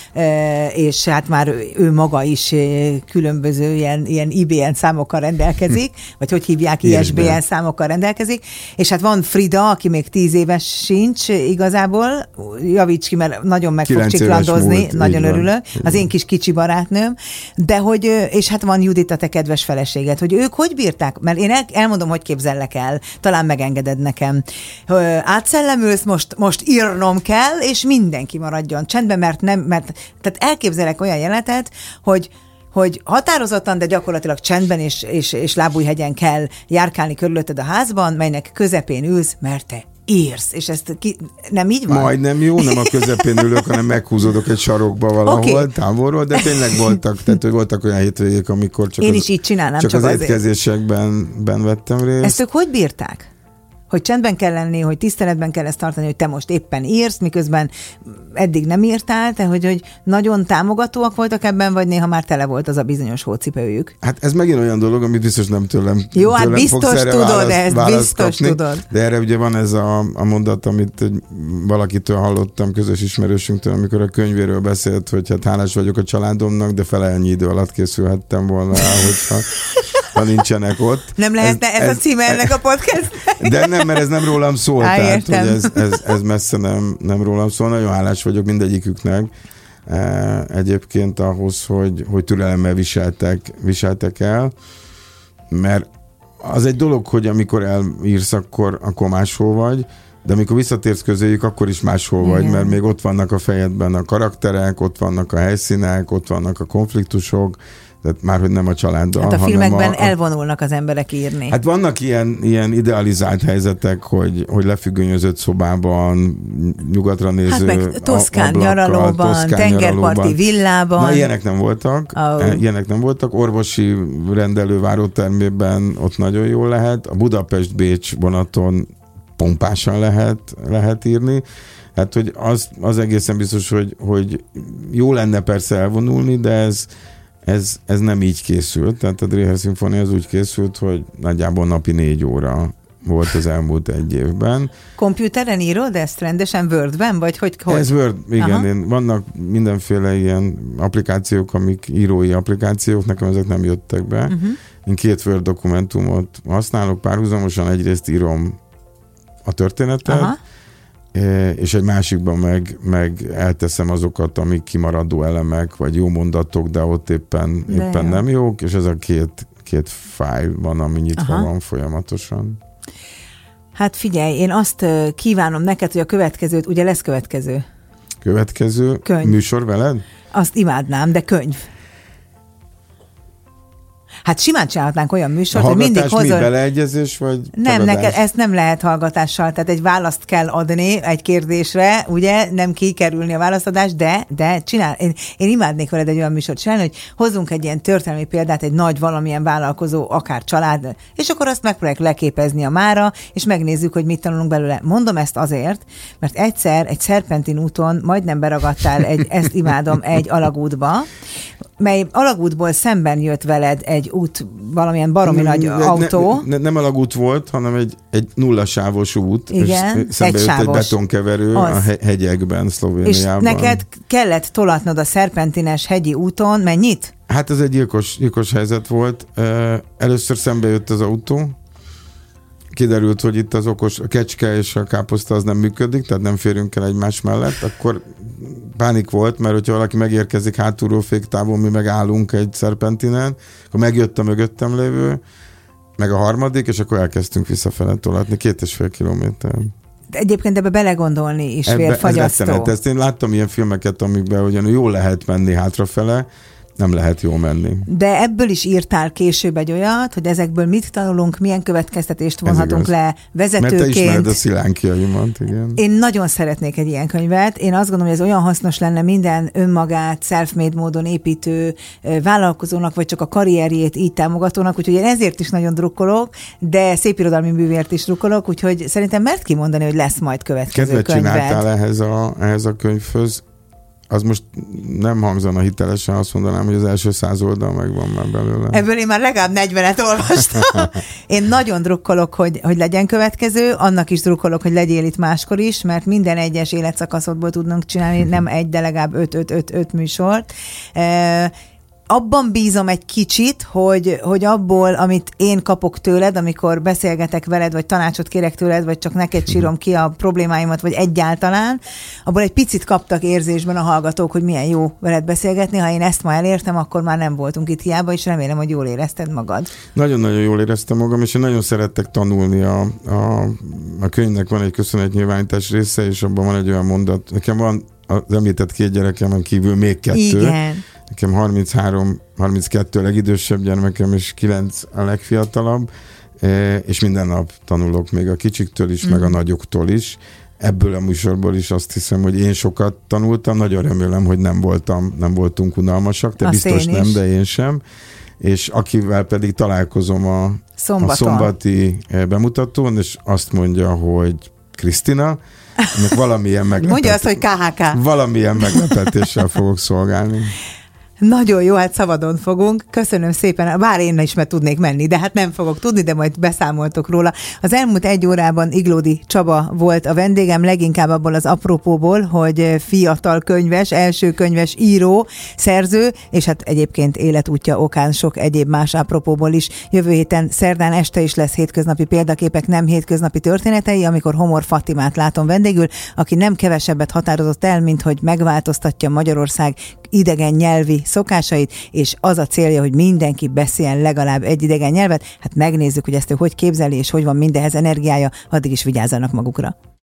és hát már ő maga is különböző ilyen IBN számokkal rendelkezik, vagy hogy hívják, ISBN számokkal rendelkezik, és hát van Frida, aki még 10 éves sincs igazából, javíts ki, mert nagyon meg fog csiklandozni, nagyon örülök, az én kis kicsi barátnőm, de hogy, és hát van Judit, a te kedves feleséged, hogy ők hogy bírták, mert én elmondom, hogy képzellek el, talán megengeded nekem. Átszellemülsz, most írnom kell, és mindenki maradjon csendben, mert tehát elképzelek olyan jelenetet, hogy határozottan, de gyakorlatilag csendben és lábújhegyen kell járkálni körülötted a házban, melynek közepén ülsz, mert te írsz, és ezt nem így van? Majdnem jó, nem a közepén ülök, hanem meghúzódok egy sarokba valahol, távolról, de tényleg voltak, tehát hogy voltak olyan hétvégék, amikor csak, én is így csinálnám, csak az étkezésekben vettem részt. Ezt ők hogy bírták? Hogy csendben kell lenni, hogy tiszteletben kell ezt tartani, hogy te most éppen írsz, miközben eddig nem írtál, te hogy nagyon támogatóak voltak ebben, vagy néha már tele volt az a bizonyos hócipőjük? Hát ez megint olyan dolog, amit biztos nem tőlem. Jó, hát biztos tudod, biztos kapni, tudod. De erre ugye van ez a mondat, amit valakitől hallottam, közös ismerősünktől, amikor a könyvéről beszélt, hogy hát hálás vagyok a családomnak, de fele ennyi idő alatt készülhettem volna rá, ha nincsenek ott. Nem lehetne ez a címe ennek a podcastnek? De nem, mert ez nem rólam szól, tehát hogy ez messze nem rólam szól. Nagyon hálás vagyok mindegyiküknek egyébként ahhoz, hogy türelemmel viseltek el, mert az egy dolog, hogy amikor elírsz, akkor máshol vagy, de amikor visszatérsz közéjük, akkor is máshol vagy, mert még ott vannak a fejedben a karakterek, ott vannak a helyszínek, ott vannak a konfliktusok, tehát már, hogy nem a családdal, hát a filmekben elvonulnak az emberek írni. Hát vannak ilyen idealizált helyzetek, hogy lefüggönyözött szobában, nyugatra néző hát meg Toszkán nyaralóban, tengerparti villában. Na, ilyenek nem voltak. Orvosi rendelő várótermében ott nagyon jól lehet. A Budapest-Bécs vonaton pompásan lehet írni. Hát, hogy az egészen biztos, hogy jó lenne persze elvonulni, de ez nem így készült, tehát a Dréher szimfónia az úgy készült, hogy nagyjából napi 4 óra volt az elmúlt 1 évben. Kompjúteren írod ezt rendesen Wordben, vagy hogy? Ez Word, igen. Vannak mindenféle ilyen applikációk, amik írói applikációk, nekem ezek nem jöttek be. Én 2 Word dokumentumot használok párhuzamosan, egyrészt írom a történetet, és egy másikban meg elteszem azokat, amik kimaradó elemek, vagy jó mondatok, de ott éppen nem jók, és ez a két fájl van, ami nyitva van folyamatosan. Hát figyelj, én azt kívánom neked, hogy a következőt, ugye lesz következő? Következő? Könyv. Műsor veled? Azt imádnám, de könyv. Hát simán csinálhatnánk olyan műsort, hogy mindig hozol... mi, beleegyezés, vagy nem, neked ezt nem lehet hallgatással, tehát egy választ kell adni egy kérdésre, ugye, nem kikerülni a választadás, de csinál. Én imádnék veled egy olyan műsort csinálni, hogy hozzunk egy ilyen történelmi példát, egy nagy valamilyen vállalkozó, akár család, és akkor azt megpróbáljuk leképezni a mára, és megnézzük, hogy mit tanulunk belőle. Mondom ezt azért, mert egyszer egy szerpentin úton majdnem beragadtál ezt imádom, egy alagútba, mely alagútból szemben jött veled egy út, valamilyen baromi nagy autó. Nem alagút volt, hanem egy nullasávos út. Igen, és szembe jött egy betonkeverő a hegyekben, Szlovéniában. És neked kellett tolatnod a szerpentines hegyi úton, mennyit? Hát ez egy gyilkos helyzet volt. Először szembe jött az autó, kiderült, hogy itt az okos, a kecske és a káposzta az nem működik, tehát nem férünk el egymás mellett, akkor pánik volt, mert hogyha valaki megérkezik hátulról féktávon, mi megállunk egy szerpentinen, akkor megjött a mögöttem lévő, meg a harmadik, és akkor elkezdtünk visszafele tolatni 2,5 kilométer. Egyébként ebbe belegondolni is vérfagyasztó. Ezt én láttam ilyen filmeket, amikben ugyan jól lehet menni hátrafele, nem lehet jól menni. De ebből is írtál később egy olyat, hogy ezekből mit tanulunk, milyen következtetést vonhatunk le vezetőként. Mert te ismered a szilánkiaimat, igen. Én nagyon szeretnék egy ilyen könyvet. Én azt gondolom, hogy ez olyan hasznos lenne minden önmagát self-made módon építő vállalkozónak, vagy csak a karrierjét így támogatónak, úgyhogy én ezért is nagyon drukkolok, de szépirodalmi művért is drukkolok, úgyhogy szerintem mert kimondani, hogy lesz majd következő könyved. Kedvet csináltál ehhez a könyvhöz. Az most nem hangzana hitelesen, azt mondanám, hogy az első 100 oldal megvan már belőle. Ebből én már legalább 40-et olvastam. Én nagyon drukkolok, hogy legyen következő, annak is drukkolok, hogy legyél itt máskor is, mert minden egyes életszakaszodból tudnunk csinálni, nem egy, de legalább 5 műsort. Abban bízom egy kicsit, hogy abból, amit én kapok tőled, amikor beszélgetek veled, vagy tanácsot kérek tőled, vagy csak neked sírom ki a problémáimat, vagy egyáltalán, abból egy picit kaptak érzésben a hallgatók, hogy milyen jó veled beszélgetni. Ha én ezt ma elértem, akkor már nem voltunk itt hiába, és remélem, hogy jól érezted magad. Nagyon-nagyon jól éreztem magam, és én nagyon szerettek tanulni. A könyvnek van egy köszönetnyilvánítás része, és abban van egy olyan mondat. Nekem van az említett 2 gyerekemen kívül még 2. Igen. Nekem 33-32 a legidősebb gyermekem, és 9 a legfiatalabb, és minden nap tanulok még a kicsiktől is, meg a nagyoktól is. Ebből a műsorból is azt hiszem, hogy én sokat tanultam, nagyon remélem, hogy nem voltunk unalmasak, te biztos nem, de én sem. És akivel pedig találkozom a szombati bemutatón, és azt mondja, hogy Krisztina, valamilyen mondja azt, hogy KHK. Valamilyen meglepetéssel fogok szolgálni. Nagyon jó, hát szabadon fogunk. Köszönöm szépen, bár én is meg tudnék menni, de hát nem fogok tudni, de majd beszámoltok róla. Az elmúlt 1 órában Iglódi Csaba volt a vendégem, leginkább abból az apropóból, hogy fiatal könyves, első könyves író, szerző, és hát egyébként életútja okán sok egyéb más apropóból is. Jövő héten szerdán este is lesz hétköznapi példaképek, nem hétköznapi történetei, amikor Homor Fatimát látom vendégül, aki nem kevesebbet határozott el, mint hogy megváltoztatja Magyarország idegen nyelvi szokásait, és az a célja, hogy mindenki beszéljen legalább egy idegen nyelvet. Hát megnézzük, hogy ezt ő hogy képzeli, és hogy van mindehez energiája, addig is vigyázzanak magukra.